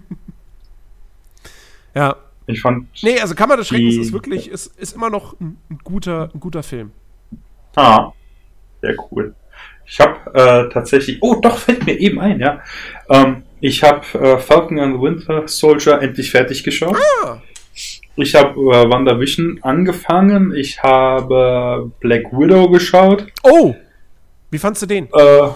Ja. Ich fand. Nee, also Kammer des Schreckens ist wirklich, ist, ist immer noch ein, ein, guter, ein guter Film. Ah, sehr cool. Ich habe äh, tatsächlich, oh doch, fällt mir eben ein, ja. Ähm, ich habe äh, Falcon and the Winter Soldier endlich fertig geschaut. Ah. Ich habe äh, WandaVision angefangen. Ich habe Black Widow geschaut. Oh, wie fandst du den? Äh,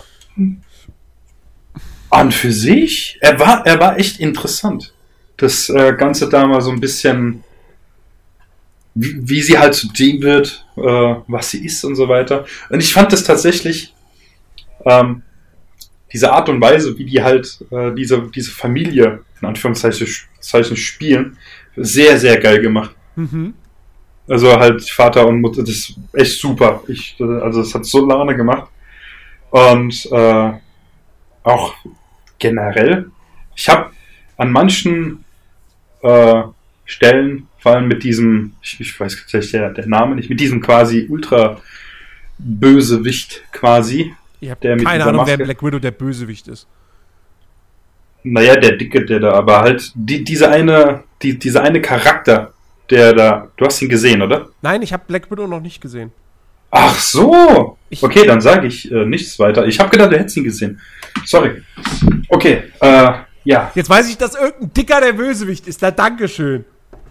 an für sich, er war, er war echt interessant. Das äh, Ganze da mal so ein bisschen, wie, wie sie halt zu dem wird, äh, was sie ist und so weiter. Und ich fand das tatsächlich, ähm, diese Art und Weise, wie die halt äh, diese, diese Familie, in Anführungszeichen, spielen, sehr, sehr geil gemacht. Mhm. Also halt Vater und Mutter, das ist echt super. Ich, also es hat so Laune gemacht. Und äh, auch generell, ich habe an manchen äh, Stellen, vor allem mit diesem, ich, ich weiß tatsächlich der, der Name nicht, mit diesem quasi Ultra-Bösewicht quasi. Ich habe keine Ahnung, Maske. Wer Black Widow der Bösewicht ist. Naja, der Dicke, der da, aber halt die, diese eine, die, diese eine Charakter, der da, du hast ihn gesehen, oder? Nein, ich habe Black Widow noch nicht gesehen. Ach so! Ich okay, dann sage ich äh, nichts weiter. Ich habe gedacht, du hättest ihn gesehen. Sorry. Okay, äh, ja. Jetzt weiß ich, dass irgendein Dicker der Bösewicht ist. Na, dankeschön.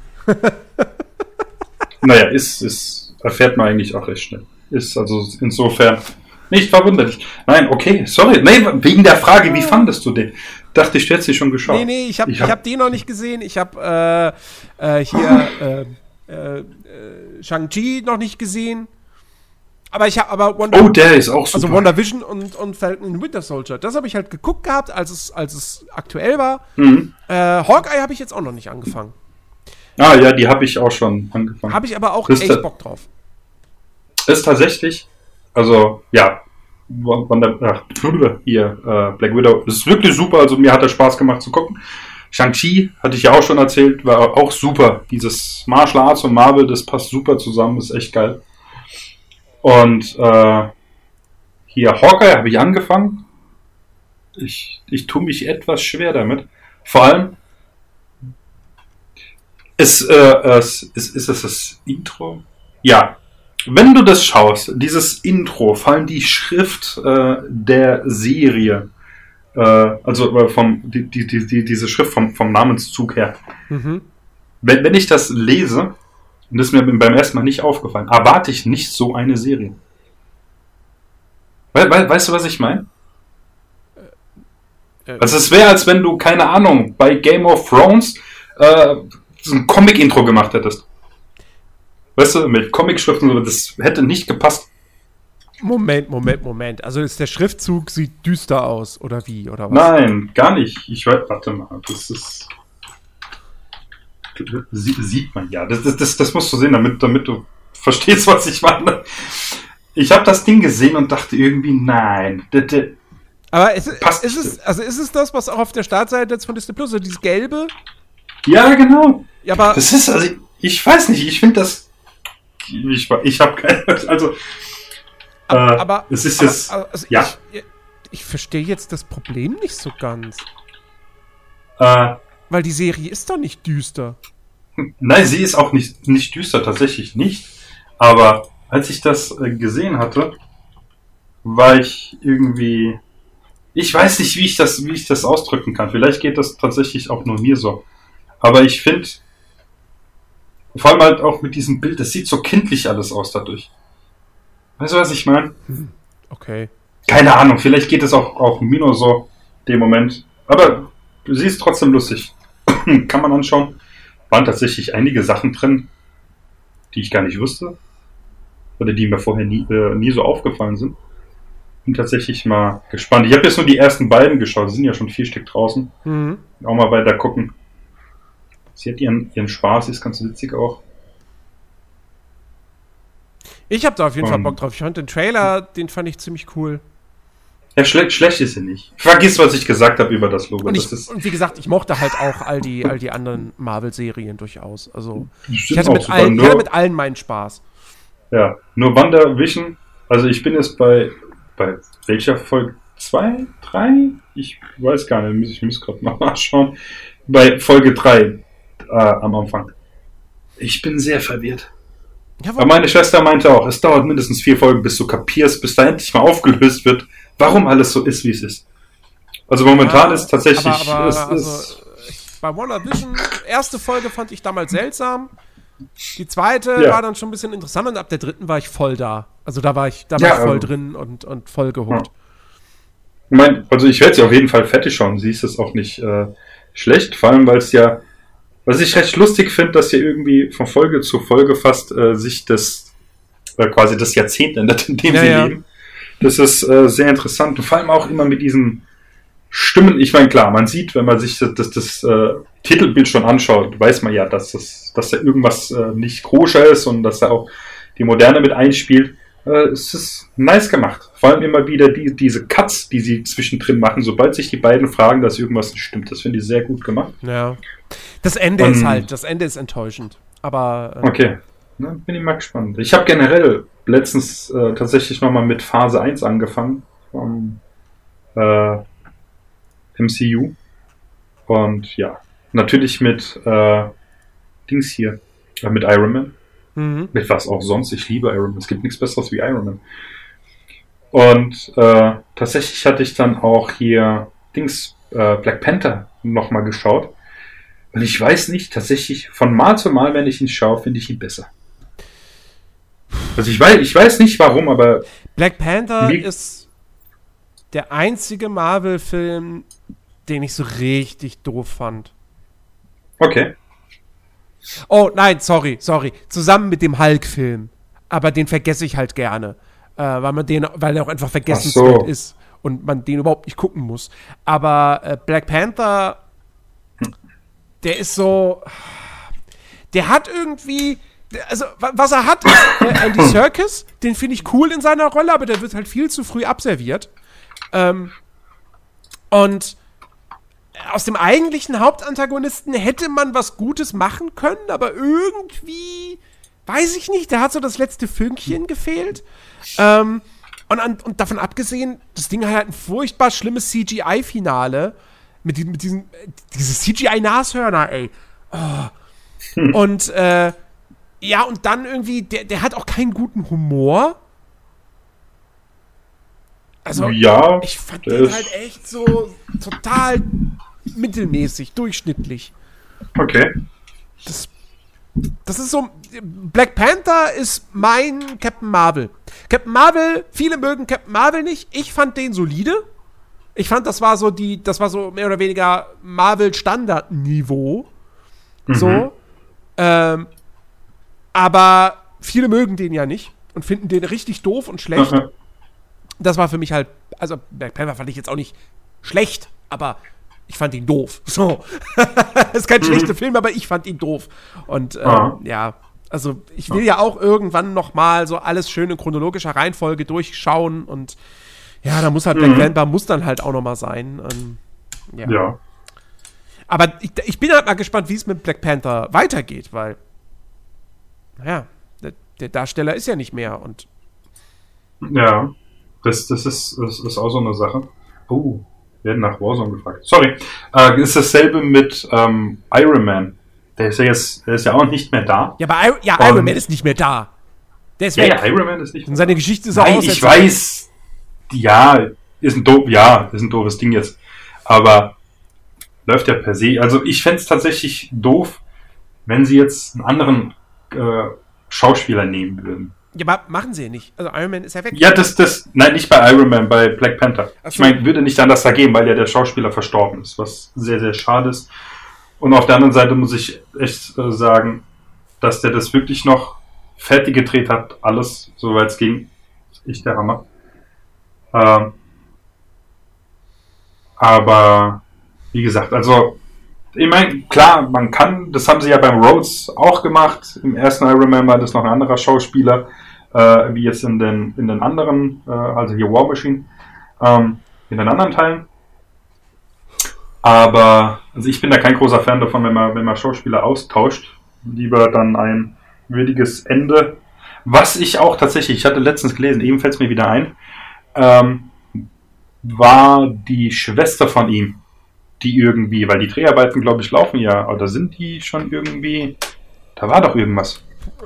Naja, ist, ist, erfährt man eigentlich auch recht schnell. Ist also insofern nicht verwunderlich. Nein, okay, sorry. Nein, wegen der Frage, wie fandest du den? Dachte ich, du hättest ihn schon geschaut. Nee, nee, ich habe ich hab, ich hab den noch nicht gesehen. Ich habe äh, äh, hier äh, äh, Shang-Chi noch nicht gesehen. Aber ich habe aber Wonder, oh, der ist auch super. Also WandaVision und, und Falcon and Winter Soldier. Das habe ich halt geguckt gehabt, als es, als es aktuell war. Mhm. Äh, Hawkeye habe ich jetzt auch noch nicht angefangen. Ah ja, die habe ich auch schon angefangen. Habe ich aber auch ist echt Bock drauf. Ist tatsächlich, also ja, Wanda, ach, hier, äh, Black Widow, das ist wirklich super, also mir hat das Spaß gemacht zu gucken. Shang-Chi, hatte ich ja auch schon erzählt, war auch super. Dieses Martial Arts und Marvel, das passt super zusammen, ist echt geil. Und äh, hier Hawkeye habe ich angefangen. Ich, ich tue mich etwas schwer damit. Vor allem ist, äh, es, ist, ist es das Intro? Ja. wenn du das schaust, dieses Intro, vor allem die Schrift äh, der Serie, äh, also äh, vom, die, die, die, diese Schrift vom, vom Namenszug her, Mhm. wenn, wenn ich das lese, und das ist mir beim ersten Mal nicht aufgefallen, erwarte ich nicht so eine Serie. We, we, weißt du, was ich meine? Äh, Also es wäre, als wenn du, keine Ahnung, bei Game of Thrones äh, so ein Comic-Intro gemacht hättest. Weißt du, mit Comic-Schriften, das hätte nicht gepasst. Moment, Moment, Moment. Also ist der Schriftzug sieht düster aus, oder wie? Oder was? Nein, gar nicht. Ich weiß, warte mal, das ist... Sie, sieht man ja. Das, das, das, das musst du sehen, damit, damit du verstehst, was ich meine. Ich habe das Ding gesehen und dachte irgendwie, nein, das, das Aber ist, passt ist, es, also ist es das, was auch auf der Startseite jetzt von Disney Plus, also dieses Gelbe? Ja, genau. Ja, aber... Das ist, also, ich, ich weiß nicht, ich finde das... Ich, ich habe keine... Also, Aber, äh, aber es ist aber, jetzt... aber, also ja. ich, ich verstehe jetzt das Problem nicht so ganz. Äh, Weil die Serie ist doch nicht düster. nein, sie ist auch nicht, nicht düster, tatsächlich nicht. Aber als ich das äh, gesehen hatte, war ich irgendwie... Ich weiß nicht, wie ich das, wie ich das ausdrücken kann. Vielleicht geht das tatsächlich auch nur mir so. Aber ich finde, vor allem halt auch mit diesem Bild, das sieht so kindlich alles aus dadurch. Weißt du, was ich meine? Okay. Keine Ahnung, vielleicht geht es auch, auch mir nur so, dem Moment. Aber sie ist trotzdem lustig. Kann man anschauen. Waren tatsächlich einige Sachen drin, die ich gar nicht wusste. Oder die mir vorher nie, äh, nie so aufgefallen sind. Bin tatsächlich mal gespannt. Ich habe jetzt nur die ersten beiden geschaut. Es sind ja schon vier Stück draußen. Mhm. Auch mal weiter gucken. Sie hat ihren, ihren Spaß, ist ganz witzig auch. Ich habe da auf jeden Fall Um, Bock drauf. Ich fand den Trailer, den fand ich ziemlich cool. Ja, schlecht, schlecht ist sie nicht. Vergiss, was ich gesagt habe über das Logo. Und, das ich, ist, und wie gesagt, ich mochte halt auch all die, all die anderen Marvel-Serien durchaus. Also ich sind hatte, auch mit super. allen, ich Nur- hatte mit allen meinen Spaß. Ja, nur WandaVision, also ich bin jetzt bei, bei welcher Folge? Zwei? Drei? Ich weiß gar nicht, ich muss gerade mal nachschauen. Bei Folge drei äh, am Anfang. Ich bin sehr verwirrt. Ja, Aber meine Schwester meinte auch, es dauert mindestens vier Folgen, bis du kapierst, bis da endlich mal aufgelöst wird, warum alles so ist, wie es ist. Also momentan Ja, ist tatsächlich... aber, aber es, also, ist, ich, bei WandaVision, erste Folge fand ich damals seltsam. Die zweite Ja. war dann schon ein bisschen interessant und ab der dritten war ich voll da. Also da war ich, da war Ja, ich voll ähm, drin und, und voll gehuckt. ich mein, also ich werde sie auf jeden Fall fertig schauen, sie ist es auch nicht äh, schlecht, vor allem weil es ja... Was ich recht lustig finde, dass ja irgendwie von Folge zu Folge fast äh, sich das äh, quasi das Jahrzehnt ändert, in dem Ja, sie ja. leben. Das ist äh, sehr interessant und vor allem auch immer mit diesen Stimmen. Ich meine, klar, man sieht, wenn man sich das, das, das äh, Titelbild schon anschaut, weiß man ja, dass, das, dass da irgendwas äh, nicht koscher ist und dass da auch die Moderne mit einspielt. Äh, es ist nice gemacht. Vor allem immer wieder die, diese Cuts, die sie zwischendrin machen, sobald sich die beiden fragen, dass irgendwas nicht stimmt. Das finde ich sehr gut gemacht. Ja. Das Ende Ähm, ist halt, das Ende ist enttäuschend. Aber äh, Okay, na, bin ich mal gespannt. Ich habe generell letztens äh, tatsächlich nochmal mit Phase eins angefangen vom äh, M C U. Und ja, natürlich mit äh, Dings hier, äh, mit Iron Man. mhm. Mit was auch sonst. Ich liebe Iron Man. Es gibt nichts Besseres wie Iron Man. Und äh, tatsächlich hatte ich dann auch hier Dings, äh, Black Panther nochmal geschaut. Und ich weiß nicht, tatsächlich, von Mal zu Mal, wenn ich ihn schaue, finde ich ihn besser. Also ich weiß, ich weiß nicht warum, aber Black Panther Wie- ist der einzige Marvel-Film, den ich so richtig doof fand. okay. Oh, nein, sorry, sorry. Zusammen mit dem Hulk-Film. Aber den vergesse ich halt gerne. Äh, weil man den, weil er auch einfach vergessenswert Ach so. ist und man den überhaupt nicht gucken muss. Aber äh, Black Panther, der ist so. Der hat irgendwie. Also, wa- was er hat, ist äh, Andy Serkis. Den finde ich cool in seiner Rolle, aber der wird halt viel zu früh abserviert. Ähm, und aus dem eigentlichen Hauptantagonisten hätte man was Gutes machen können, aber irgendwie, weiß ich nicht, der hat so das letzte Fünkchen gefehlt. Ähm, und, an, und davon abgesehen, das Ding hat halt ein furchtbar schlimmes C G I-Finale. Mit, die- mit diesen, äh, diese C G I-Nashörner, ey. Oh. Und, äh, Ja, und dann irgendwie, der, der hat auch keinen guten Humor. Also, ja, ich fand den halt echt so total mittelmäßig, durchschnittlich. Okay. Das, das ist so, Black Panther ist mein Captain Marvel. Captain Marvel, viele mögen Captain Marvel nicht. Ich fand den solide. Ich fand, das war so die, das war so mehr oder weniger Marvel-Standard-Niveau. Mhm. So. Ähm, aber viele mögen den ja nicht und finden den richtig doof und schlecht. Mhm. Das war für mich halt, also Black Panther fand ich jetzt auch nicht schlecht, aber ich fand ihn doof. So. Ist kein mhm. schlechter Film, aber ich fand ihn doof. Und ähm, ah. ja, also ich will ja auch irgendwann noch mal so alles schön in chronologischer Reihenfolge durchschauen und ja, da muss halt Black mhm. Panther muss dann halt auch noch mal sein. Ähm, ja. ja. Aber ich, ich bin halt mal gespannt, wie es mit Black Panther weitergeht, weil naja, der, der Darsteller ist ja nicht mehr und ja, das, das, ist, das ist auch so eine Sache. Oh, wir werden nach Warzone gefragt. Sorry. Äh, ist dasselbe mit ähm, Iron Man. Der ist ja jetzt, der ist ja auch nicht mehr da. Ja, aber I- ja, und Iron Man ist nicht mehr da. Der ist ja, weg. ja, Iron Man ist nicht und seine Geschichte ist auch Nein, ich weiß. Ja, ist ein doof, ja, ist ein doofes Ding jetzt. Aber läuft ja per se. Also ich fände es tatsächlich doof, wenn sie jetzt einen anderen äh, Schauspieler nehmen würden. Ja, aber machen sie ja nicht. Also Iron Man ist ja weg. Ja, das, das, nein, nicht bei Iron Man, bei Black Panther. Ach so. Ich meine, würde nicht anders da gehen, weil ja der Schauspieler verstorben ist, was sehr, sehr schade ist. Und auf der anderen Seite muss ich echt äh, sagen, dass der das wirklich noch fertig gedreht hat, alles, soweit es ging. Das ist echt der Hammer. Ähm, aber, wie gesagt, also, ich meine, klar, man kann, das haben sie ja beim Rhodes auch gemacht. Im ersten Iron Man war das noch ein anderer Schauspieler, äh, wie jetzt in den, in den anderen, äh, also hier War Machine, ähm, in den anderen Teilen. Aber, also ich bin da kein großer Fan davon, wenn man, wenn man Schauspieler austauscht. Lieber dann ein würdiges Ende. Was ich auch tatsächlich, ich hatte letztens gelesen, eben fällt es mir wieder ein, ähm, war die Schwester von ihm, die irgendwie, weil die Dreharbeiten, glaube ich, laufen ja, oder sind die schon irgendwie, da war doch irgendwas.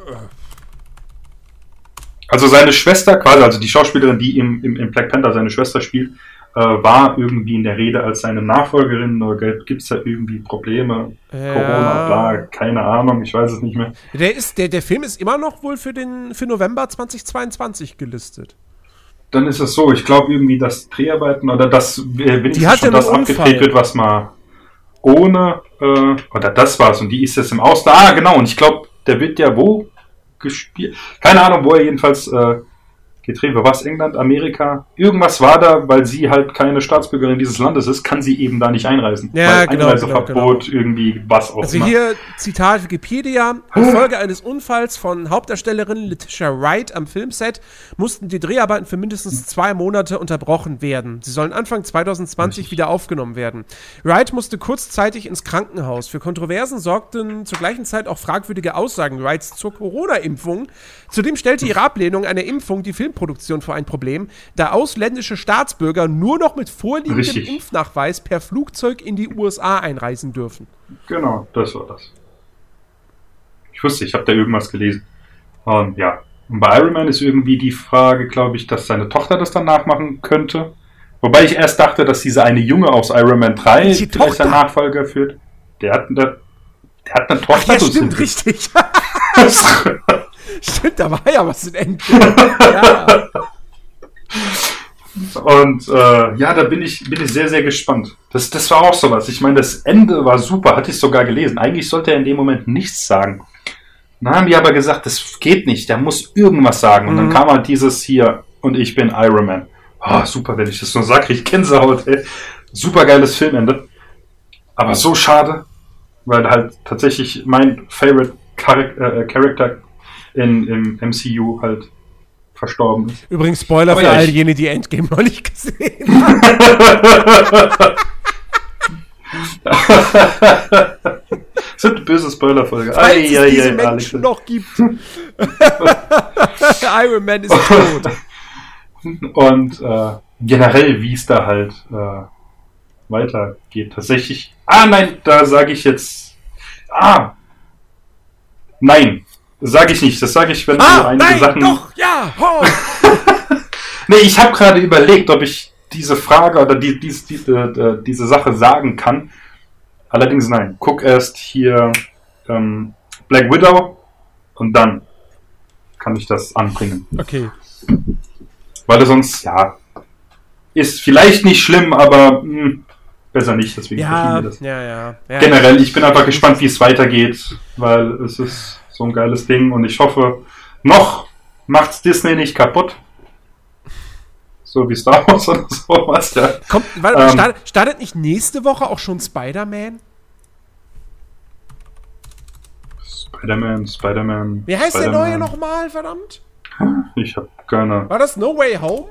Also seine Schwester, quasi, also die Schauspielerin, die im, im, im Black Panther seine Schwester spielt, äh, war irgendwie in der Rede als seine Nachfolgerin, oder gibt es da irgendwie Probleme, ja. Corona, bla, keine Ahnung, ich weiß es nicht mehr. Der, ist, der, der Film ist immer noch wohl für, den, für November zweitausendzweiundzwanzig gelistet. Dann ist es so, ich glaube irgendwie, dass Dreharbeiten oder dass wenigstens schon das abgedreht wird, was man ohne, äh, oder das war's, und die ist jetzt im Ausland. Ah, genau, und ich glaube, der wird ja wo gespielt? Keine Ahnung, wo er jedenfalls äh, gedreht wird. Was, England, Amerika? Irgendwas war da, weil sie halt keine Staatsbürgerin dieses Landes ist, kann sie eben da nicht einreisen. Ja, weil genau, Einreiseverbot, genau, genau. irgendwie was auch Also immer. hier, Zitat Wikipedia, infolge eines Unfalls von Hauptdarstellerin Letitia Wright am Filmset mussten die Dreharbeiten für mindestens zwei Monate unterbrochen werden. Sie sollen Anfang zwanzig zwanzig wieder aufgenommen werden. Wright musste kurzzeitig ins Krankenhaus. Für Kontroversen sorgten zur gleichen Zeit auch fragwürdige Aussagen Wrights zur Corona-Impfung. Zudem stellte ihre Ablehnung einer Impfung die Filmproduktion vor ein Problem, da ausländische Staatsbürger nur noch mit vorliegendem Richtig. Impfnachweis per Flugzeug in die U S A einreisen dürfen. Genau, das war das. Ich wusste, ich habe da irgendwas gelesen. Und ja, und bei Iron Man ist irgendwie die Frage, glaube ich, dass seine Tochter das dann nachmachen könnte. Wobei ich erst dachte, dass dieser eine Junge aus Iron Man drei Die vielleicht Tochter? der Nachfolger führt. Der hat, der, der hat eine Tochter. Ach ja, so stimmt, sind- richtig. Stimmt, da war ja was in Endgame. Ja. Und äh, ja, da bin ich, bin ich sehr, sehr gespannt. Das, das war auch sowas. Ich meine, das Ende war super, hatte ich sogar gelesen. Eigentlich sollte er in dem Moment nichts sagen. Dann haben die aber gesagt, das geht nicht, der muss irgendwas sagen. Und dann Mhm. kam halt dieses hier, und ich bin Iron Man. Oh, super, wenn ich das nur sage, ich Gänsehaut, ey. Super geiles Filmende. Aber so schade, weil halt tatsächlich mein Favorite Char- äh, Character in, im M C U halt verstorben ist. Übrigens, Spoiler Aber für ja, all ich- jene, die Endgame noch nicht gesehen haben. Das wird eine böse Spoiler-Folge. Falls es Ei, ei, diese ei, Alex. Menschen noch gibt. Iron Man ist tot. Und äh, generell, wie es da halt äh, weitergeht. Tatsächlich. Ah, nein, da sage ich jetzt. Ah! Nein. Das sage ich nicht. Das sage ich, wenn Ah, du einige nein, Sachen... doch, ja, ho. Nee, ich habe gerade überlegt, ob ich diese Frage oder die, die, die, die, diese Sache sagen kann. Allerdings nein. Guck erst hier ähm, Black Widow und dann kann ich das anbringen. Okay. Weil er sonst, ja, ist vielleicht nicht schlimm, aber mh, besser nicht. Deswegen Ja, verschieben wir das. ja, ja, ja. Generell, ich bin einfach gespannt, wie es weitergeht, weil es ist so ein geiles Ding und ich hoffe, noch macht's Disney nicht kaputt. So wie Star Wars oder sowas, ja. Kommt, warte, Ähm, startet, startet nicht nächste Woche auch schon Spider-Man? Spider-Man, Spider-Man. Wie heißt Spider-Man. der neue nochmal, verdammt? Ich hab keine. War das No Way Home?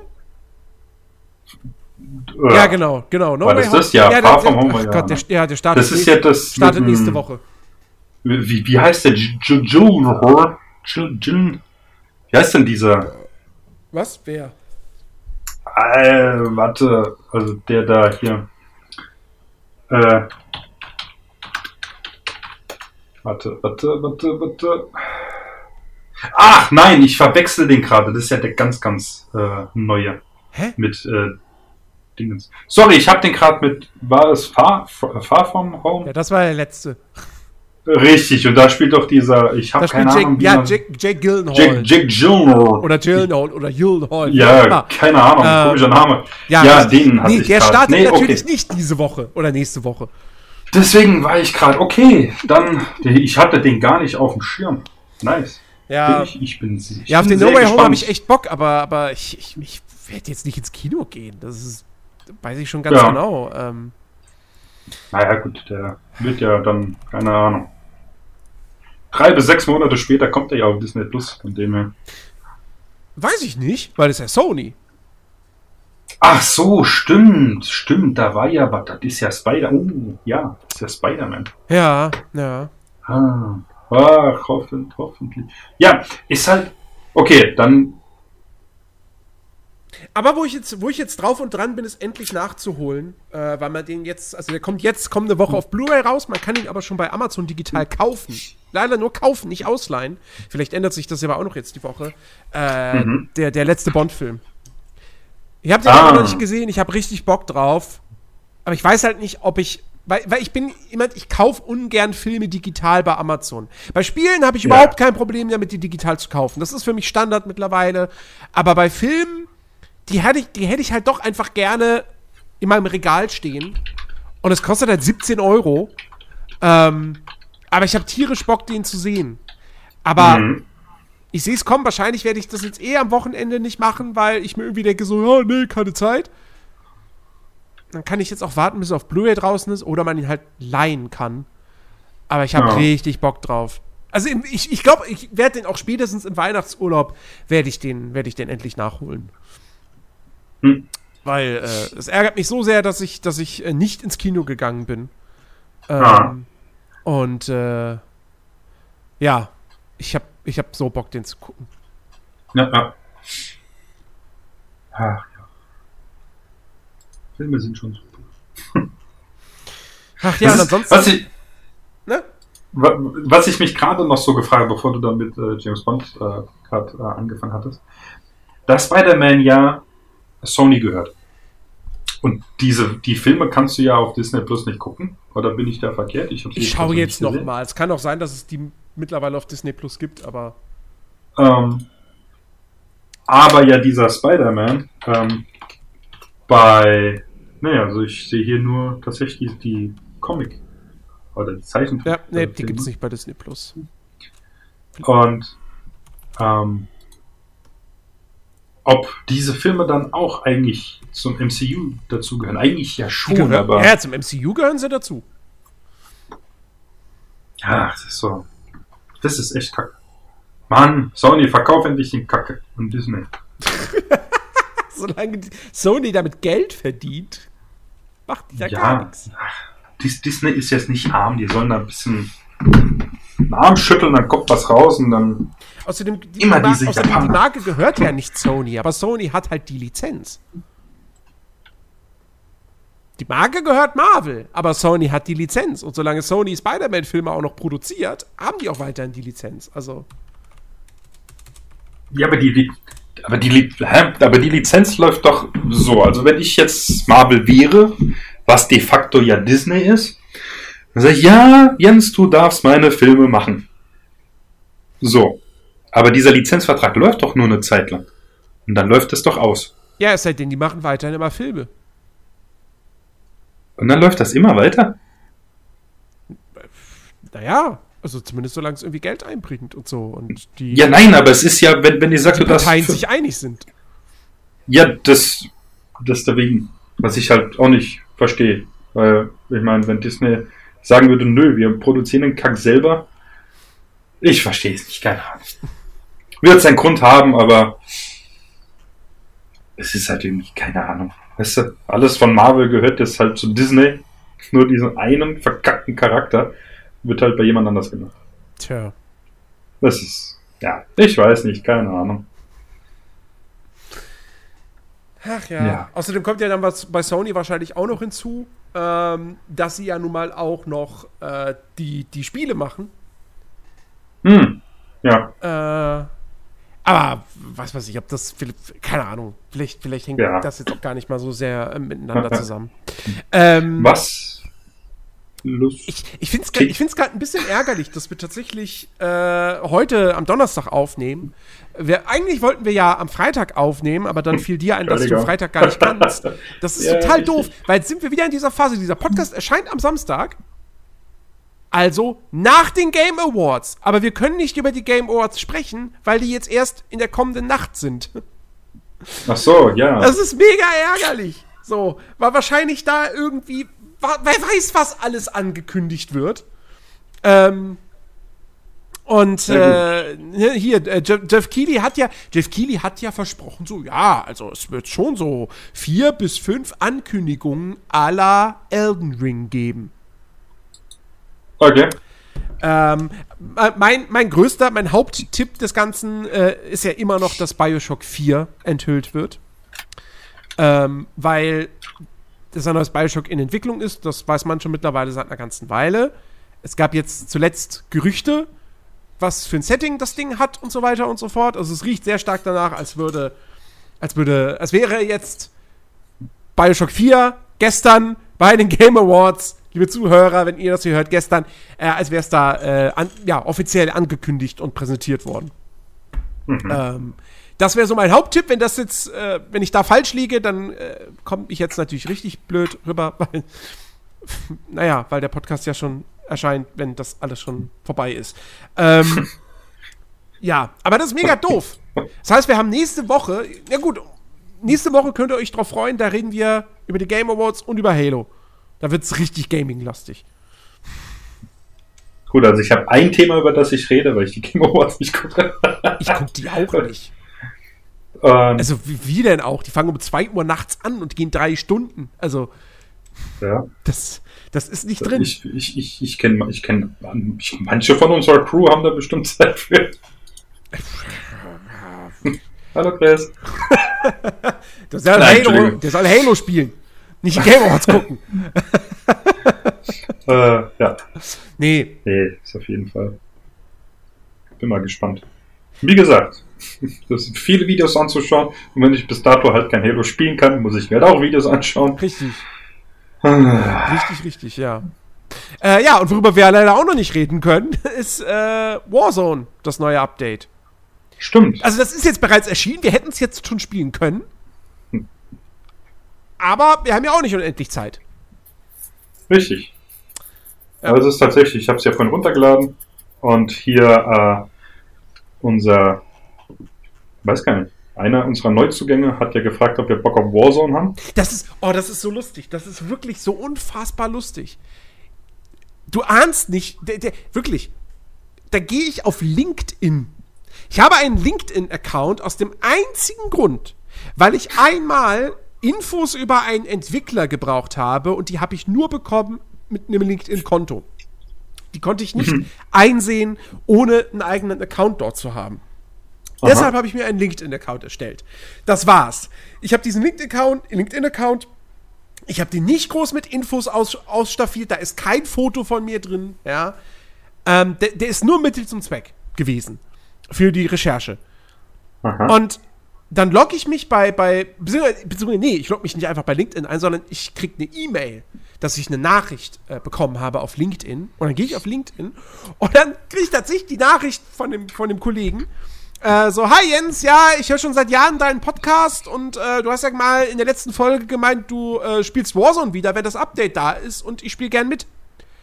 Äh, Ja, genau, genau. No War Way das Home. das? Ja, der, Far der, From Home, ach ja. Gott, der, ja, der startet, Das ist nächste, ja das. startet mit dem- nächste Woche. Wie, wie heißt der? Jill, Jill, Jill, Jill, wie heißt denn dieser? Was? Wer? Äh, warte, also der da hier. Äh. Warte, warte, warte, warte. Ach nein, ich verwechsel den gerade. Das ist ja der ganz, ganz äh, neue. Hä? Mit äh, Dingens. Sorry, ich habe den gerade mit. War es Far, Far From Home? Ja, das war der letzte. Richtig, und da spielt doch dieser. Ich habe Da spielt keine Jake, Ahnung. wie ja, man- Jake, Jake Gyllenhaal. Jake, Jake Gyllenhaal. Oder Gyllenhaal oder Gyllenhaal. wie auch Ja, immer. keine Ahnung, Ähm, komischer Name. Ja, Ja, richtig. den hatte nee, ich der grad. startet Nee, natürlich okay. nicht diese Woche oder nächste Woche. Deswegen war ich gerade, okay, dann, ich hatte den gar nicht auf dem Schirm. Nice. Ja, Ich, ich bin, ich ja auf bin den No sehr Way Home gespannt. habe ich echt Bock, aber, aber ich, ich, ich werde jetzt nicht ins Kino gehen. Das ist, weiß ich schon ganz Ja. genau. Ähm, Naja, gut, der wird ja dann, keine Ahnung. Drei bis sechs Monate später kommt er ja auf Disney Plus, von dem her. weiß ich nicht, weil es ja Sony. Ach so, stimmt, stimmt, da war ja was, das ist ja Spider, oh, ja, das ist ja Spider-Man. Ja, ja. Ah, ach, hoffentlich, hoffentlich. Ja, ist halt, okay, dann, Aber wo ich jetzt, wo ich jetzt drauf und dran bin, es endlich nachzuholen, äh, weil man den jetzt, also der kommt jetzt kommende Woche auf Blu-ray raus, man kann ihn aber schon bei Amazon digital kaufen. Leider nur kaufen, nicht ausleihen. Vielleicht ändert sich das aber auch noch jetzt die Woche. Äh, Mhm. der, der letzte Bond-Film. Ich habe den Ah. aber noch nicht gesehen, ich habe richtig Bock drauf. Aber ich weiß halt nicht, ob ich, weil, weil ich bin jemand, ich kaufe ungern Filme digital bei Amazon. Bei Spielen habe ich Ja. überhaupt kein Problem damit, die digital zu kaufen. Das ist für mich Standard mittlerweile. Aber bei Filmen, die hätte ich, die hätte ich halt doch einfach gerne in meinem Regal stehen. Und es kostet halt siebzehn Euro. Ähm, aber ich habe tierisch Bock, den zu sehen. Aber mhm. ich sehe es kommen. Wahrscheinlich werde ich das jetzt eh am Wochenende nicht machen, weil ich mir irgendwie denke so, ja, nee, keine Zeit. Dann kann ich jetzt auch warten, bis er auf Blu-ray draußen ist oder man ihn halt leihen kann. Aber ich habe Ja. richtig Bock drauf. Also im- ich, ich glaube, ich werde den auch spätestens im Weihnachtsurlaub werde ich den, werde ich den endlich nachholen. Hm. Weil äh, es ärgert mich so sehr, dass ich, dass ich äh, nicht ins Kino gegangen bin. Ähm, Ah. Und äh, ja, ich habe ich hab so Bock, den zu gucken. Ja, ja. Ach, ja. Filme sind schon super. Ach ja, und Das ist- ansonsten. was, ich, Ne? wa- was ich mich gerade noch so gefragt habe, bevor du dann mit äh, James Bond äh, gerade äh, angefangen hattest, da Spider-Man ja Sony gehört. Und diese, die Filme kannst du ja auf Disney Plus nicht gucken. Oder bin ich da verkehrt? Ich, Ich schaue jetzt noch mal. Es kann auch sein, dass es die mittlerweile auf Disney Plus gibt, aber Ähm, aber ja, dieser Spider-Man ähm, bei, naja, also ich sehe hier nur tatsächlich die Comic oder die Zeichentrick. ja, nee, die Filme. gibt's nicht bei Disney Plus. Und ähm, ob diese Filme dann auch eigentlich zum M C U dazugehören. Eigentlich ja Die schon, gehören, aber ja, zum M C U gehören sie dazu. ja, das ist so. Das ist echt kacke. Mann, Sony, verkauf endlich den Kacke und Disney. Solange die Sony damit Geld verdient, macht die da Ja, gar nichts. Dis- Disney ist jetzt nicht arm, die sollen da ein bisschen den Arm schütteln, dann kommt was raus und dann. Außerdem, die, Immer Ma- diese außerdem die Japaner. Marke gehört ja nicht Sony, aber Sony hat halt die Lizenz. Die Marke gehört Marvel, aber Sony hat die Lizenz. Und solange Sony Spider-Man-Filme auch noch produziert, haben die auch weiterhin die Lizenz. Also, Ja, aber die, die, aber, die, hä? aber die Lizenz läuft doch so. Also wenn ich jetzt Marvel wäre, was de facto ja Disney ist, dann sage ich, ja, Jens, du darfst meine Filme machen. So. Aber dieser Lizenzvertrag läuft doch nur eine Zeit lang. Und dann läuft es doch aus. Ja, es sei denn, die machen weiterhin immer Filme. Und dann läuft das immer weiter? Naja, also zumindest solange es irgendwie Geld einbringt und so. Und die, ja, nein, aber es ist ja, wenn, wenn ihr sagt, die du darfst... Parteien sich einig sind. Ja, das, das dagegen. Was ich halt auch nicht verstehe. Weil, ich meine, wenn Disney sagen würde, nö, wir produzieren den Kack selber, ich verstehe es nicht, keine Ahnung. Wird seinen Grund haben, aber es ist halt irgendwie, keine Ahnung. Weißt du, alles von Marvel gehört jetzt halt zu Disney. Nur diesen einen verkackten Charakter wird halt bei jemand anders gemacht. Tja. Das ist, ja, ich weiß nicht, keine Ahnung. Ach ja. ja. Außerdem kommt ja dann was bei Sony wahrscheinlich auch noch hinzu, ähm, dass sie ja nun mal auch noch äh, die, die Spiele machen. Hm, ja. Äh, aber was weiß ich, ob das, keine Ahnung, vielleicht, vielleicht hängt ja. das jetzt auch gar nicht mal so sehr äh, miteinander zusammen. ähm, was? Lust. Ich, ich finde es ich find's gerade ein bisschen ärgerlich, dass wir tatsächlich äh, heute am Donnerstag aufnehmen. Wir, eigentlich wollten wir ja am Freitag aufnehmen, aber dann fiel dir ein, dass du Freitag gar nicht kannst. Das ist ja, total richtig. Doof, weil jetzt sind wir wieder in dieser Phase. Dieser Podcast erscheint am Samstag, also nach den Game Awards. Aber wir können nicht über die Game Awards sprechen, weil die jetzt erst in der kommenden Nacht sind. Ach so, ja. Das ist mega ärgerlich. So, weil wahrscheinlich da irgendwie... Wer weiß, was alles angekündigt wird. Ähm, und äh, hier, äh, Jeff, Jeff Keighley hat ja, Jeff Keighley hat ja versprochen, so, ja, also es wird schon so vier bis fünf Ankündigungen à la Elden Ring geben. Okay. Ähm, mein, mein größter, mein Haupttipp des Ganzen äh, ist ja immer noch, dass Bioshock vier enthüllt wird. Ähm, weil dass ein neues Bioshock in Entwicklung ist. Das weiß man schon mittlerweile seit einer ganzen Weile. Es gab jetzt zuletzt Gerüchte, was für ein Setting das Ding hat und so weiter und so fort. Also es riecht sehr stark danach, als würde, als würde, als wäre jetzt Bioshock vier gestern bei den Game Awards, liebe Zuhörer, wenn ihr das hier hört, gestern, äh, als wäre es da äh, an, ja, offiziell angekündigt und präsentiert worden. Mhm. Ähm, Das wäre so mein Haupttipp. Wenn das jetzt, äh, wenn ich da falsch liege, dann äh, komme ich jetzt natürlich richtig blöd rüber, weil, naja, weil der Podcast ja schon erscheint, wenn das alles schon vorbei ist. Ähm, ja, aber das ist mega doof. Das heißt, wir haben nächste Woche, ja gut, nächste Woche könnt ihr euch drauf freuen, da reden wir über die Game Awards und über Halo. Da wird es richtig gaming-lastig. Gut, also ich habe ein Thema, über das ich rede, weil ich die Game Awards nicht gucke. Ich gucke die auch nicht. Also wie, wie denn auch? Die fangen um zwei Uhr nachts an und gehen drei Stunden. Also ja. das, das ist nicht drin. Ich, ich, ich, ich kenne, ich kenn, manche von unserer Crew haben da bestimmt Zeit für. Hallo Chris. Der soll, Nein, Halo, der soll Halo spielen, nicht die Game Awards gucken. äh, ja. Nee. Nee, ist auf jeden Fall. Bin mal gespannt. Wie gesagt, das sind viele Videos anzuschauen. Und wenn ich bis dato halt kein Halo spielen kann, muss ich mir halt auch Videos anschauen. Richtig. richtig, richtig, ja. Äh, ja, und worüber wir leider auch noch nicht reden können, ist äh, Warzone, das neue Update. Stimmt. Also das ist jetzt bereits erschienen. Wir hätten es jetzt schon spielen können. Hm. Aber wir haben ja auch nicht unendlich Zeit. Richtig. Ja. Aber es ist tatsächlich, ich habe es ja vorhin runtergeladen. Und hier äh, unser, weiß gar nicht, einer unserer Neuzugänge hat ja gefragt, ob wir Bock auf Warzone haben. Das ist, oh, das ist so lustig. Das ist wirklich so unfassbar lustig. Du ahnst nicht, der, der, wirklich, da gehe ich auf LinkedIn. Ich habe einen LinkedIn-Account aus dem einzigen Grund, weil ich einmal Infos über einen Entwickler gebraucht habe und die habe ich nur bekommen mit einem LinkedIn-Konto. Die konnte ich nicht mhm. einsehen, ohne einen eigenen Account dort zu haben. Aha. Deshalb habe ich mir einen LinkedIn-Account erstellt. Das war's. Ich habe diesen LinkedIn-Account, LinkedIn-Account, ich habe den nicht groß mit Infos aus, ausstaffiert, da ist kein Foto von mir drin, ja. Ähm, der, der ist nur Mittel zum Zweck gewesen. Für die Recherche. Aha. Und dann logge ich mich bei, bei beziehungsweise, beziehungsweise nee, ich logge mich nicht einfach bei LinkedIn ein, sondern ich kriege eine E-Mail, dass ich eine Nachricht äh, bekommen habe auf LinkedIn. Und dann gehe ich auf LinkedIn und dann kriege ich tatsächlich die Nachricht von dem, von dem Kollegen. Äh, so, hi Jens, ja, ich höre schon seit Jahren deinen Podcast und äh, du hast ja mal in der letzten Folge gemeint, du äh, spielst Warzone wieder, wenn das Update da ist und ich spiele gern mit.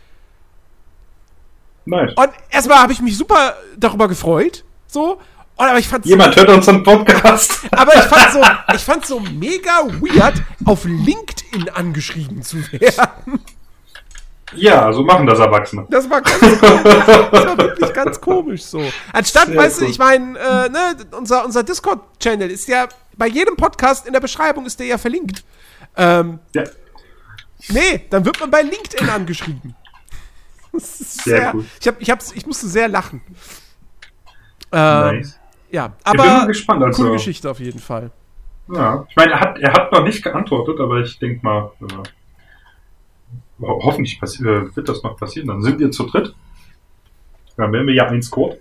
Nice. Und erstmal habe ich mich super darüber gefreut, so. Und, aber ich fand's Jemand so, hört unseren Podcast. aber ich fand so, ich fand's so mega weird, auf LinkedIn angeschrieben zu werden. Ja, so machen das Erwachsene. Das war ganz komisch. Das war wirklich ganz komisch so. Anstatt, Sehr weißt gut. du, ich meine, äh, ne, unser, unser Discord-Channel ist ja, bei jedem Podcast in der Beschreibung ist der ja verlinkt. Ähm, ja. Nee, dann wird man bei LinkedIn angeschrieben. Das ist sehr, sehr gut. Ich, hab, ich, hab's, ich musste sehr lachen. Ähm, nice. Ja, aber ich bin mal gespannt, also, coole Geschichte auf jeden Fall. Ja, ich meine, er hat, er hat noch nicht geantwortet, aber ich denke mal, äh, ho- hoffentlich passi- äh, wird das noch passieren. Dann sind wir zu dritt. Dann werden wir ja ein Squad.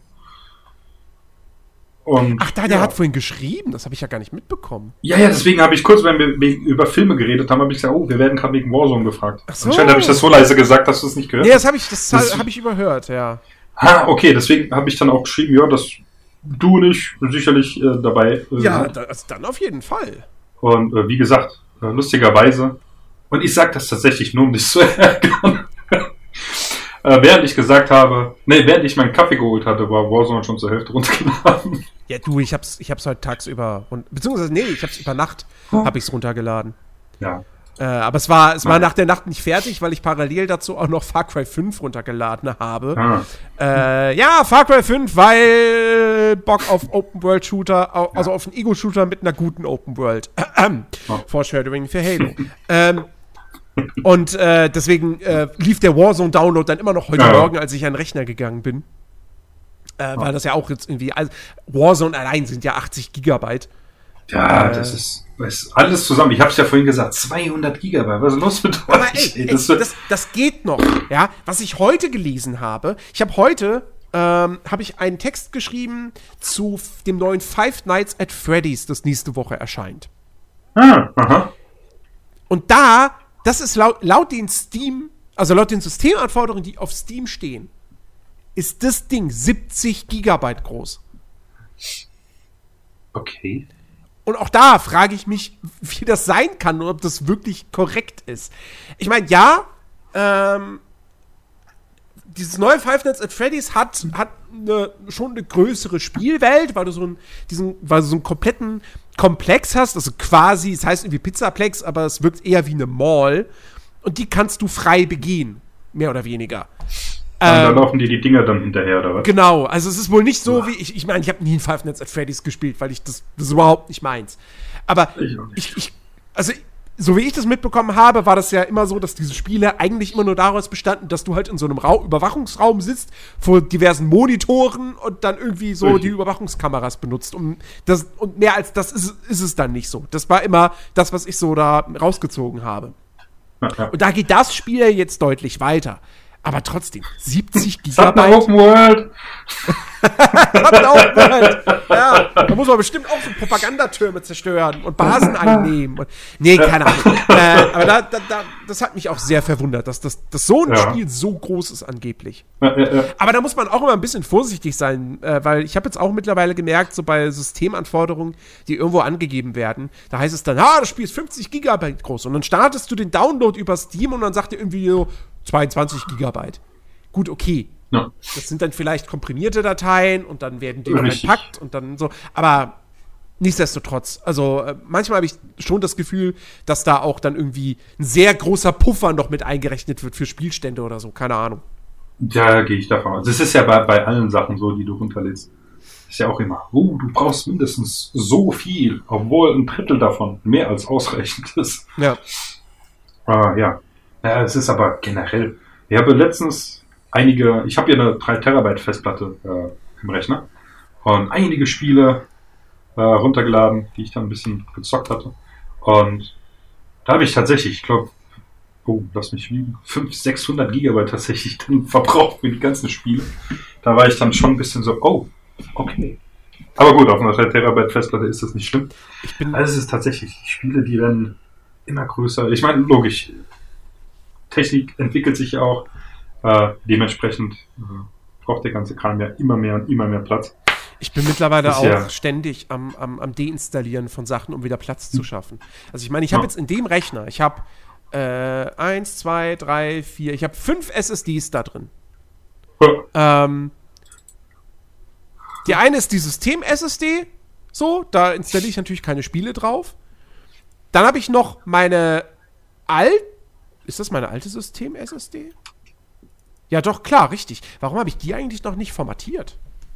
Und, Ach, da, der ja. hat vorhin geschrieben, das habe ich ja gar nicht mitbekommen. Ja, ja, deswegen habe ich kurz, wenn wir wegen, über Filme geredet haben, habe ich gesagt, oh, wir werden gerade wegen Warzone gefragt. Ach so. Anscheinend habe ich das so leise gesagt, dass du es nicht gehört hast. Nee, das habe ich, das das hab ich überhört, ja. Ah, okay, deswegen habe ich dann auch geschrieben, ja, dass du und ich sicherlich äh, dabei äh, Ja, da, also dann auf jeden Fall. Und äh, wie gesagt, äh, lustigerweise, und ich sage das tatsächlich nur, um dich zu ärgern, äh, während ich gesagt habe, nee, während ich meinen Kaffee geholt hatte, war Warzone schon zur Hälfte runtergeladen. Ja, du, ich hab's, ich hab's heute tagsüber, und, beziehungsweise, nee, ich hab's über Nacht, hab ich's runtergeladen. Ja. Äh, aber es war, es war nach der Nacht nicht fertig, weil ich parallel dazu auch noch Far Cry fünf runtergeladen habe. Ah. Äh, ja, Far Cry fünf, weil Bock auf Open-World-Shooter, also ja. auf einen Ego-Shooter mit einer guten Open-World. Oh. Foreshadowing für Halo. ähm, und äh, deswegen äh, lief der Warzone-Download dann immer noch heute ja. Morgen, als ich an den Rechner gegangen bin. Äh, weil das ja auch jetzt irgendwie, also Warzone allein sind ja achtzig Gigabyte. Ja, äh, das ist, das ist alles zusammen. Ich habe es ja vorhin gesagt, zweihundert Gigabyte. Was ist los mit euch? Aber ey, ey, das, das, das geht noch. Ja, was ich heute gelesen habe, ich habe heute ähm, habe ich einen Text geschrieben zu dem neuen Five Nights at Freddy's, das nächste Woche erscheint. Ah, aha. Und da, das ist laut, laut den Steam, also laut den Systemanforderungen, die auf Steam stehen, ist das Ding siebzig Gigabyte groß. Okay. Und auch da frage ich mich, wie das sein kann und ob das wirklich korrekt ist. Ich meine, ja, ähm, dieses neue Five Nights at Freddy's hat, hat eine, schon eine größere Spielwelt, weil du so einen, diesen, weil du so einen kompletten Komplex hast, also quasi, es heißt irgendwie Pizzaplex, aber es wirkt eher wie eine Mall. Und die kannst du frei begehen, mehr oder weniger. Und ähm, da laufen dir die Dinger dann hinterher, oder was? Genau, also es ist wohl nicht so, wie ich, ich meine, ich habe nie ein Five Nights at Freddy's gespielt, weil ich das, das ist überhaupt nicht meins. Aber ich, ich, ich, also so wie ich das mitbekommen habe, war das ja immer so, dass diese Spiele eigentlich immer nur daraus bestanden, dass du halt in so einem Ra- Überwachungsraum sitzt, vor diversen Monitoren und dann irgendwie so Richtig. die Überwachungskameras benutzt. Um das, und mehr als das ist, ist es dann nicht so. Das war immer das, was ich so da rausgezogen habe. Ja, ja. Und da geht das Spiel jetzt deutlich weiter. Aber trotzdem, siebzig Gigabyte. Hat eine Open World. Hat eine Open World. Ja, da muss man bestimmt auch so Propagandatürme zerstören und Basen einnehmen. Und, nee, keine Ahnung. äh, aber da, da, da, das hat mich auch sehr verwundert, dass, das, dass so ein ja. Spiel so groß ist angeblich. Ja, ja, ja. Aber da muss man auch immer ein bisschen vorsichtig sein, äh, weil ich habe jetzt auch mittlerweile gemerkt, so bei Systemanforderungen, die irgendwo angegeben werden, da heißt es dann, ah, das Spiel ist fünfzig Gigabyte groß. Und dann startest du den Download über Steam und dann sagt dir irgendwie so, zweiundzwanzig Gigabyte. Gut, okay. Ja. Das sind dann vielleicht komprimierte Dateien und dann werden die entpackt und dann so. Aber nichtsdestotrotz, also äh, manchmal habe ich schon das Gefühl, dass da auch dann irgendwie ein sehr großer Puffer noch mit eingerechnet wird für Spielstände oder so. Keine Ahnung. Ja, gehe ich davon aus. Das ist ja bei, bei allen Sachen so, die du runterlädst. Ist ja auch immer, oh, du brauchst mindestens so viel, obwohl ein Drittel davon mehr als ausreichend ist. Ja. Ah, ja. Ja, es ist aber generell. Ich habe letztens einige, ich habe hier eine drei Terabyte Festplatte äh, im Rechner und einige Spiele äh, runtergeladen, die ich dann ein bisschen gezockt hatte. Und da habe ich tatsächlich, ich glaube, oh, lass mich lügen, fünfhundert, sechshundert Gigabyte tatsächlich dann verbraucht für die ganzen Spiele. Da war ich dann schon ein bisschen so, oh, okay. Aber gut, auf einer drei Terabyte Festplatte ist das nicht schlimm. Ich bin also es ist tatsächlich, die Spiele, die werden immer größer. Ich meine, logisch, Technik entwickelt sich ja auch. Äh, dementsprechend äh, braucht der ganze Kram ja immer mehr und immer mehr Platz. Ich bin mittlerweile ist auch ja ständig am, am, am Deinstallieren von Sachen, um wieder Platz zu schaffen. Also ich meine, ich habe Ja. jetzt in dem Rechner, ich habe äh, eins, zwei, drei, vier, ich habe fünf S S Ds da drin. Ja. Ähm, die eine ist die System-S S D, so, da installiere ich natürlich keine Spiele drauf. Dann habe ich noch meine alt, ist das meine alte System-S S D? Ja doch, klar, richtig. Warum habe ich die eigentlich noch nicht formatiert?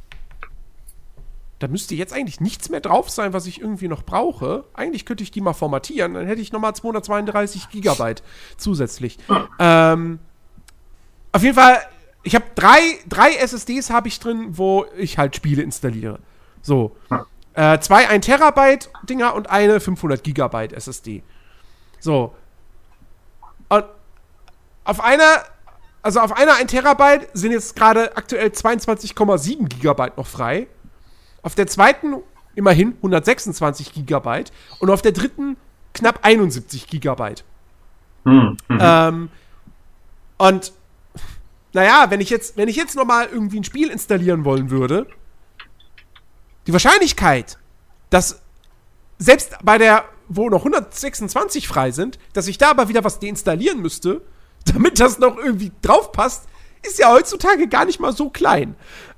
Da müsste jetzt eigentlich nichts mehr drauf sein, was ich irgendwie noch brauche. Eigentlich könnte ich die mal formatieren, dann hätte ich nochmal zweihundertzweiunddreißig Gigabyte zusätzlich. Ähm, auf jeden Fall, ich habe drei, drei S S Ds habe ich drin, wo ich halt Spiele installiere. So. Äh, zwei ein Terabyte Dinger und eine fünfhundert Gigabyte S S D. So. Und auf einer, also auf einer ein Terabyte sind jetzt gerade aktuell zweiundzwanzig Komma sieben Gigabyte noch frei. Auf der zweiten immerhin hundertsechsundzwanzig Gigabyte und auf der dritten knapp einundsiebzig Gigabyte. Hm, mhm. Ähm, und naja, wenn ich jetzt, wenn ich jetzt nochmal irgendwie ein Spiel installieren wollen würde, die Wahrscheinlichkeit, dass selbst bei der, wo noch hundertsechsundzwanzig frei sind, dass ich da aber wieder was deinstallieren müsste, damit das noch irgendwie drauf passt, ist ja heutzutage gar nicht mal so klein.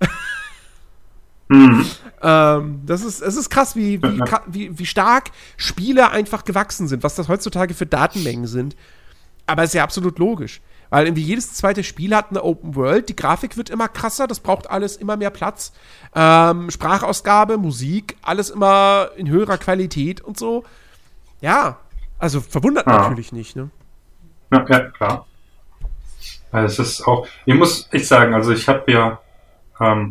Mhm. Ähm, das ist, es ist krass, wie, wie, wie, wie stark Spiele einfach gewachsen sind, was das heutzutage für Datenmengen sind. Aber es ist ja absolut logisch. Weil irgendwie jedes zweite Spiel hat eine Open World, die Grafik wird immer krasser, das braucht alles immer mehr Platz. Ähm, Sprachausgabe, Musik, alles immer in höherer Qualität und so. Ja, also verwundert Ja. natürlich nicht, ne? Ja, ja, klar. Also es ist auch, ich muss echt sagen, also ich habe ja, ähm,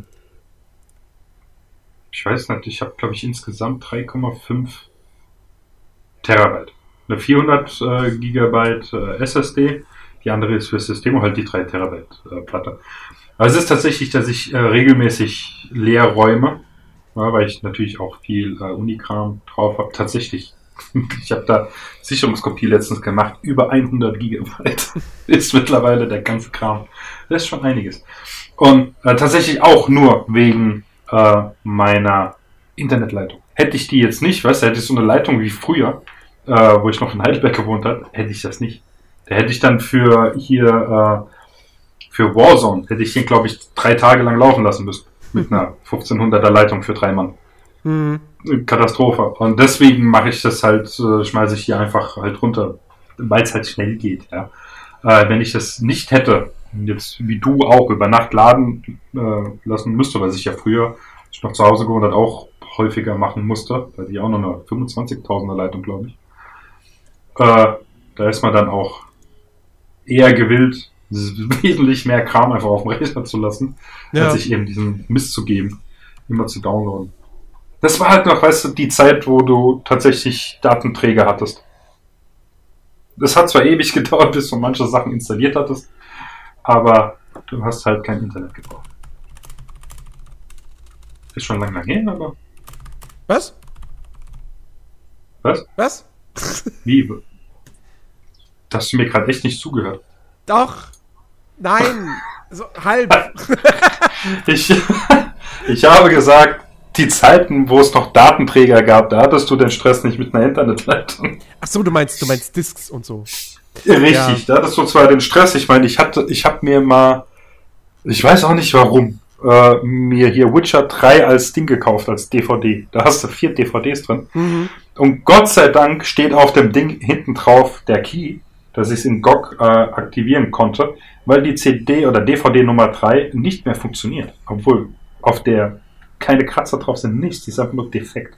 ich weiß nicht, ich habe glaube ich insgesamt drei Komma fünf Terabyte. Eine vierhundert äh, Gigabyte äh, S S D, die andere ist fürs System und halt die drei Terabyte äh, Platte. Also es ist tatsächlich, dass ich äh, regelmäßig leer räume, ja, weil ich natürlich auch viel äh, Unikram drauf habe. Tatsächlich, ich habe da Sicherungskopie letztens gemacht, über hundert Gigabyte ist mittlerweile der ganze Kram. Das ist schon einiges. Und äh, tatsächlich auch nur wegen äh, meiner Internetleitung. Hätte ich die jetzt nicht, weißt du, hätte ich so eine Leitung wie früher, äh, wo ich noch in Heidelberg gewohnt habe, hätte ich das nicht. Da hätte ich dann für hier, äh, für Warzone, hätte ich den, glaube ich, drei Tage lang laufen lassen müssen. Mit einer fünfzehnhunderter Leitung für drei Mann. Mhm. Katastrophe. Und deswegen mache ich das halt, äh, schmeiße ich hier einfach halt runter, weil es halt schnell geht, ja. Äh, wenn ich das nicht hätte, jetzt wie du auch über Nacht laden äh, lassen müsste, was ich ja früher, als ich noch zu Hause gewohnt habe, auch häufiger machen musste, weil ich auch noch eine fünfundzwanzigtausender Leitung, glaube ich. Äh, da ist man dann auch eher gewillt, wesentlich mehr Kram einfach auf dem Rechner zu lassen, Ja. als sich eben diesen Mist zu geben, immer zu downloaden. Das war halt noch, weißt du, die Zeit, wo du tatsächlich Datenträger hattest. Das hat zwar ewig gedauert, bis du manche Sachen installiert hattest, aber du hast halt kein Internet gebraucht. Ist schon lange her, aber... Was? Was? Was? Liebe. Da hast du mir gerade echt nicht zugehört. Doch. Nein. So halb. Ich, ich habe gesagt, die Zeiten, wo es noch Datenträger gab, da hattest du den Stress nicht mit einer Internetleitung. Ach so, du meinst, du meinst Discs und so. Richtig, Ja. da hattest du zwar den Stress, ich meine, ich hatte, ich habe mir mal, ich weiß auch nicht warum, äh, mir hier Witcher drei als Ding gekauft, als D V D. Da hast du vier D V Ds drin. Mhm. Und Gott sei Dank steht auf dem Ding hinten drauf der Key, dass ich es in G O G äh, aktivieren konnte, weil die C D oder D V D Nummer drei nicht mehr funktioniert. Obwohl auf der keine Kratzer drauf sind, nichts, die ist einfach nur defekt.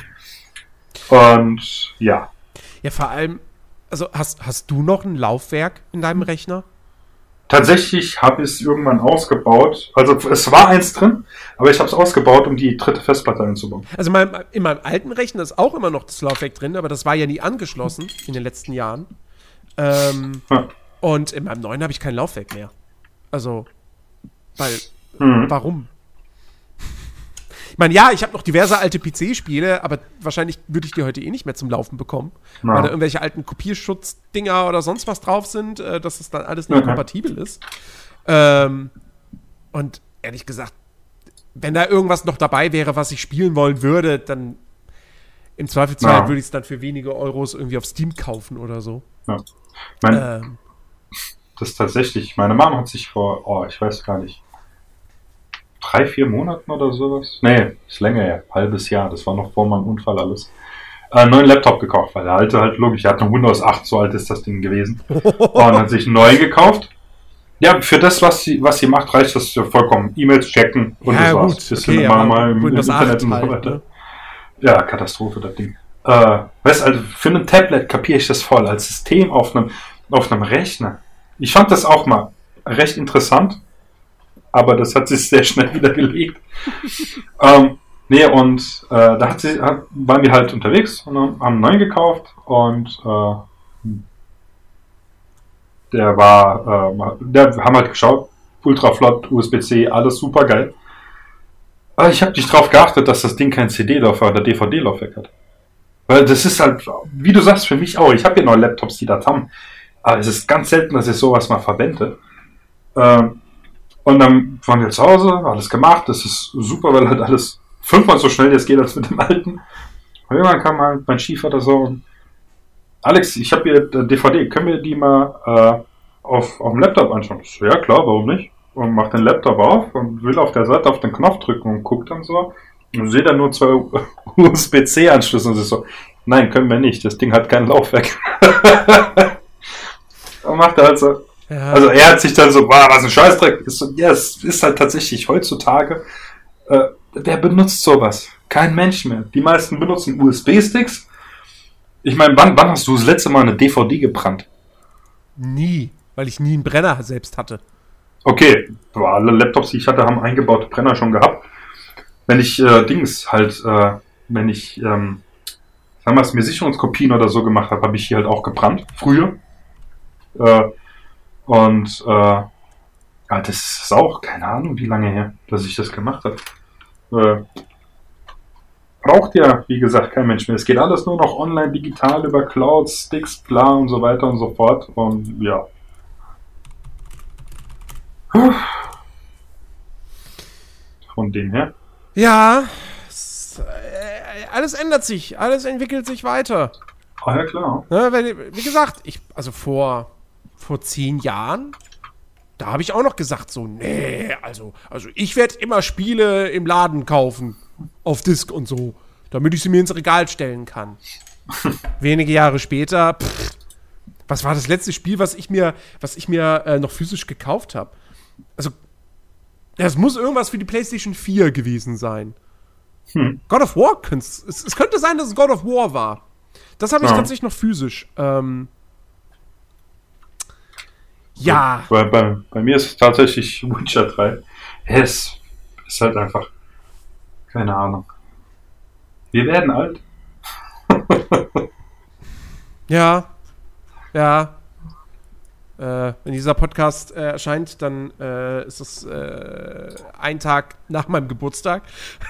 Und ja. Ja, vor allem, also hast, hast du noch ein Laufwerk in deinem Rechner? Tatsächlich habe ich es irgendwann ausgebaut. Also es war eins drin, aber ich habe es ausgebaut, um die dritte Festplatte einzubauen. Also mein, in meinem alten Rechner ist auch immer noch das Laufwerk drin, aber das war ja nie angeschlossen in den letzten Jahren. Ähm, Ja. Und in meinem neuen habe ich kein Laufwerk mehr. Also, weil, Mhm. warum? Ich meine, ja, ich habe noch diverse alte P C-Spiele, aber wahrscheinlich würde ich die heute eh nicht mehr zum Laufen bekommen. Ja. Weil da irgendwelche alten Kopierschutz-Dinger oder sonst was drauf sind, äh, dass es dann alles nicht mhm. kompatibel ist. Ähm, und ehrlich gesagt, wenn da irgendwas noch dabei wäre, was ich spielen wollen würde, dann im Zweifelsfall ja. würde ich es dann für wenige Euros irgendwie auf Steam kaufen oder so. Ja. Mein, ähm, das ist tatsächlich, meine Mom hat sich vor, oh, ich weiß gar nicht, drei, vier Monaten oder sowas? Nee, ist länger her, halbes Jahr, das war noch vor meinem Unfall alles. Äh, einen neuen Laptop gekauft, weil der alte halt logisch, er hat eine Windows acht, so alt ist das Ding gewesen. Und hat sich einen neuen gekauft. Ja, für das, was sie, was sie macht, reicht das vollkommen. E-Mails checken und ja, das war's. Gut, Bisschen okay, mal, mal im, im Windows Internet und so weiter. Ne? Ja, Katastrophe, das Ding. Äh, weißt also für ein Tablet kapiere ich das voll. Als System auf einem, auf einem Rechner. Ich fand das auch mal recht interessant, aber das hat sich sehr schnell wieder gelegt. ähm, nee, und äh, da hat sie, hat, waren wir halt unterwegs und haben einen neuen gekauft und äh, der war, äh, der, wir haben halt geschaut, ultra flott, U S B C, alles super geil. Aber ich habe nicht drauf geachtet, dass das Ding kein C D-Laufwerk oder D V D-Laufwerk hat. Weil das ist halt, wie du sagst, für mich auch. Ich habe hier neue Laptops, die das haben. Aber es ist ganz selten, dass ich sowas mal verwende. Ähm, und dann waren wir zu Hause, alles gemacht. Das ist super, weil halt alles fünfmal so schnell jetzt geht als mit dem alten. Und irgendwann kam halt mein Schiefer so und Alex, ich habe hier D V D, können wir die mal äh, auf, auf dem Laptop anschauen? So, ja klar, warum nicht? Und macht den Laptop auf und will auf der Seite auf den Knopf drücken und guckt dann so und sehe dann nur zwei U S B C-Anschlüsse und sie so, nein, können wir nicht, das Ding hat kein Laufwerk. Und macht er halt so, ja. Also er hat sich dann so, wow, was ein Scheißdreck. Ist so, ja, es ist halt tatsächlich heutzutage, äh, wer benutzt sowas? Kein Mensch mehr. Die meisten benutzen U S B-Sticks. Ich meine, wann, wann hast du das letzte Mal eine D V D gebrannt? Nie, weil ich nie einen Brenner selbst hatte. Okay, aber alle Laptops, die ich hatte, haben eingebaute Brenner schon gehabt. Wenn ich äh, Dings halt, äh, wenn ich, ähm, sagen wir es, mir Sicherungskopien oder so gemacht habe, habe ich hier halt auch gebrannt, früher. Äh, und äh, ja, das ist auch, keine Ahnung, wie lange her, dass ich das gemacht habe. Äh, braucht ja, wie gesagt, kein Mensch mehr. Es geht alles nur noch online, digital, über Cloud, Sticks, bla und so weiter und so fort. Und ja. Von dem her. Ja, es, äh, alles ändert sich, alles entwickelt sich weiter. Ah ja, klar. Ja, weil, wie gesagt, ich, also vor, vor zehn Jahren, da habe ich auch noch gesagt so, nee, also, also ich werde immer Spiele im Laden kaufen, auf Disc und so, damit ich sie mir ins Regal stellen kann. Wenige Jahre später, pff, was war das letzte Spiel, was ich mir, was ich mir äh, noch physisch gekauft habe? Also, es muss irgendwas für die PlayStation vier gewesen sein. Hm. God of War, es, es könnte sein, dass es God of War war. Das habe ich ja. tatsächlich noch physisch. Ähm, ja. Bei, bei, bei mir ist es tatsächlich Witcher drei. Es ist halt einfach, keine Ahnung. Wir werden alt. Ja. Ja. Äh, wenn dieser Podcast äh, erscheint, dann äh, ist es äh, ein Tag nach meinem Geburtstag.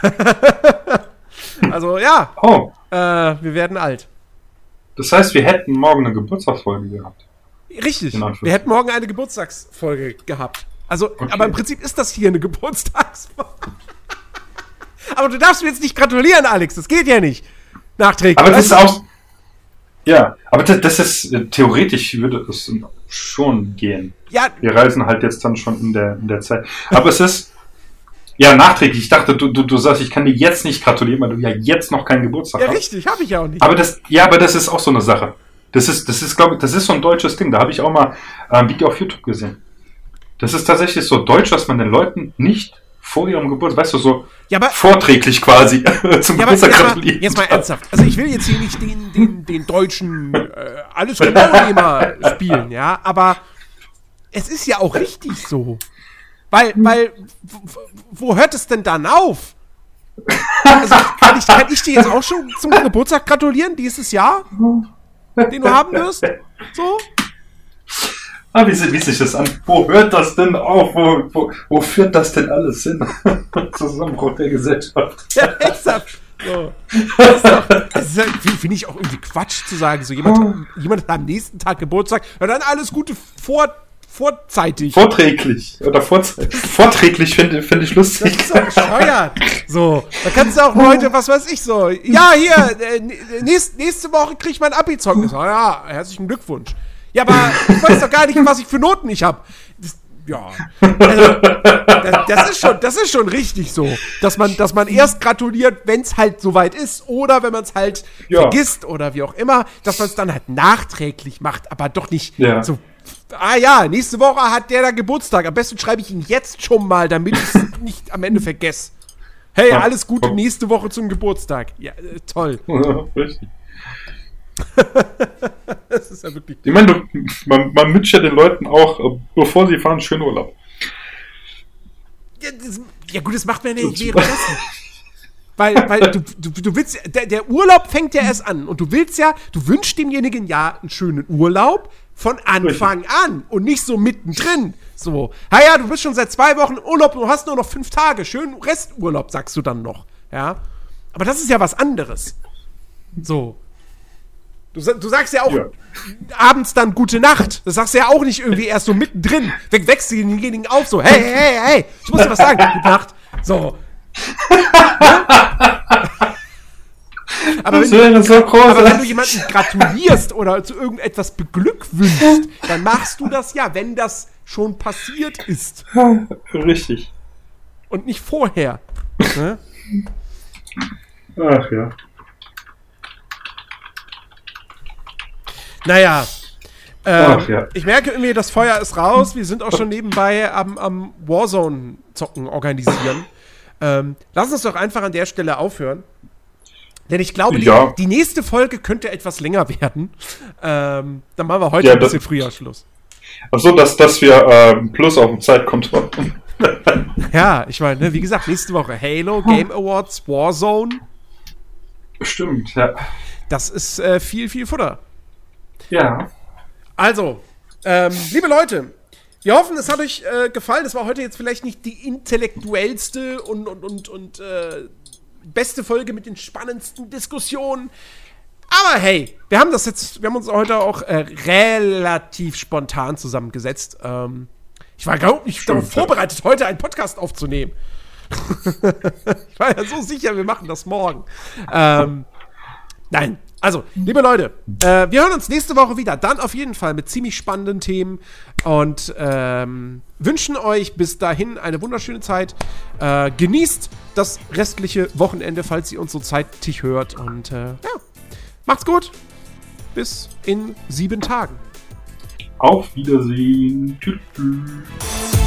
Also ja, oh. äh, wir werden alt. Das heißt, wir hätten morgen eine Geburtstagsfolge gehabt. Richtig, wir hätten morgen eine Geburtstagsfolge gehabt. Also, okay. Aber im Prinzip ist das hier eine Geburtstagsfolge. Aber du darfst mir jetzt nicht gratulieren, Alex, das geht ja nicht. Nachträglich. Aber das ist auch... Ja, aber das, das ist, äh, theoretisch würde es schon gehen. Ja. Wir reisen halt jetzt dann schon in der, in der Zeit. Aber es ist, ja, nachträglich. Ich dachte, du, du, du sagst, ich kann dir jetzt nicht gratulieren, weil du ja jetzt noch keinen Geburtstag ja, hast. Ja, richtig, habe ich ja auch nicht. Aber das, ja, aber das ist auch so eine Sache. Das ist, das ist, glaube ich, das ist so ein deutsches Ding. Da habe ich auch mal ein Video auf YouTube gesehen. Das ist tatsächlich so deutsch, dass man den Leuten nicht vor ihrem Geburtstag, weißt du, so ja, aber, vorträglich quasi zum ja, Geburtstag aber, gratulieren. Jetzt mal ernsthaft. Also ich will jetzt hier nicht den, den, den deutschen äh, alles genau immer spielen, ja, aber es ist ja auch richtig so. Weil, weil, wo hört es denn dann auf? Also kann ich, kann ich dir jetzt auch schon zum Geburtstag gratulieren, dieses Jahr, den du haben wirst? So? Ah, wie, wie sich das an? Wo hört das denn auf? Wo, wo, wo führt das denn alles hin? Zusammenbruch der Gesellschaft. Ja, exakt. So. Das ist doch, das ist halt, finde ich auch irgendwie Quatsch zu sagen, so jemand, jemand hat am nächsten Tag Geburtstag und dann alles Gute vor, vorzeitig. Vorträglich. Oder vorzeitig. Vorträglich finde find ich lustig. Das ist doch bescheuert. So, da kannst du auch Leute, was weiß ich so, ja, hier, äh, nächst, nächste Woche krieg ich mein Abi-Zeugnis. Ah, ja, herzlichen Glückwunsch. Ja, aber ich weiß doch gar nicht, was ich für Noten ich habe. Ja, also, das, das, ist schon, das ist schon richtig so, dass man, dass man erst gratuliert, wenn es halt soweit ist, oder wenn man es halt ja. vergisst oder wie auch immer, dass man es dann halt nachträglich macht, aber doch nicht ja. so, ah ja, nächste Woche hat der da Geburtstag, am besten schreibe ich ihn jetzt schon mal, damit ich es nicht am Ende vergesse. Hey, ja. alles Gute nächste Woche zum Geburtstag. Ja, äh, toll. Ja, richtig. Das ist ja wirklich. Ich meine, man, man wünscht ja den Leuten auch, bevor sie fahren, schönen Urlaub. Ja, das, ja gut, das macht man ja nicht währenddessen. weil weil du, du, du willst, der, der Urlaub fängt ja erst an und du willst ja, du wünschst demjenigen ja einen schönen Urlaub von Anfang Richtig. an und nicht so mittendrin. So, ha ja, du bist schon seit zwei Wochen im Urlaub und du hast nur noch fünf Tage, schönen Resturlaub, sagst du dann noch. Ja, aber das ist ja was anderes. So. Du, du sagst ja auch ja. abends dann gute Nacht. Das sagst du ja auch nicht irgendwie erst so mittendrin. Weg, wächst du denjenigen auf, so, hey, hey, hey, ich muss dir was sagen, gute Nacht. So. aber, wenn du, so aber wenn du jemanden gratulierst oder zu irgendetwas beglückwünschst, dann machst du das ja, wenn das schon passiert ist. Richtig. Und nicht vorher. Ne? Ach ja. Naja, ähm, Ach, ja. ich merke irgendwie, das Feuer ist raus. Wir sind auch schon nebenbei am, am Warzone-Zocken organisieren. Ähm, lass uns doch einfach an der Stelle aufhören. Denn ich glaube, ja. die, die nächste Folge könnte etwas länger werden. Ähm, dann machen wir heute ja, ein bisschen das, früher Schluss. Achso, dass, dass wir ähm, Plus auf dem Zeitkonto haben. Ja, ich meine, ne, wie gesagt, nächste Woche Halo, Game Awards, Warzone. Stimmt, ja. Das ist äh, viel, viel Futter. Ja. Also, ähm, liebe Leute, wir hoffen, es hat euch äh, gefallen. Das war heute jetzt vielleicht nicht die intellektuellste und, und, und, und äh, beste Folge mit den spannendsten Diskussionen. Aber hey, wir haben das jetzt, wir haben uns heute auch äh, relativ spontan zusammengesetzt. Ähm, ich war gar nicht Stimmt, darauf vorbereitet, heute einen Podcast aufzunehmen. Ich war ja so sicher, wir machen das morgen. Ähm, nein. Also, liebe Leute, äh, wir hören uns nächste Woche wieder. Dann auf jeden Fall mit ziemlich spannenden Themen. Und ähm, wünschen euch bis dahin eine wunderschöne Zeit. Äh, genießt das restliche Wochenende, falls ihr uns so zeitig hört. Und äh, ja, macht's gut. Bis in sieben Tagen. Auf Wiedersehen. Tschüss.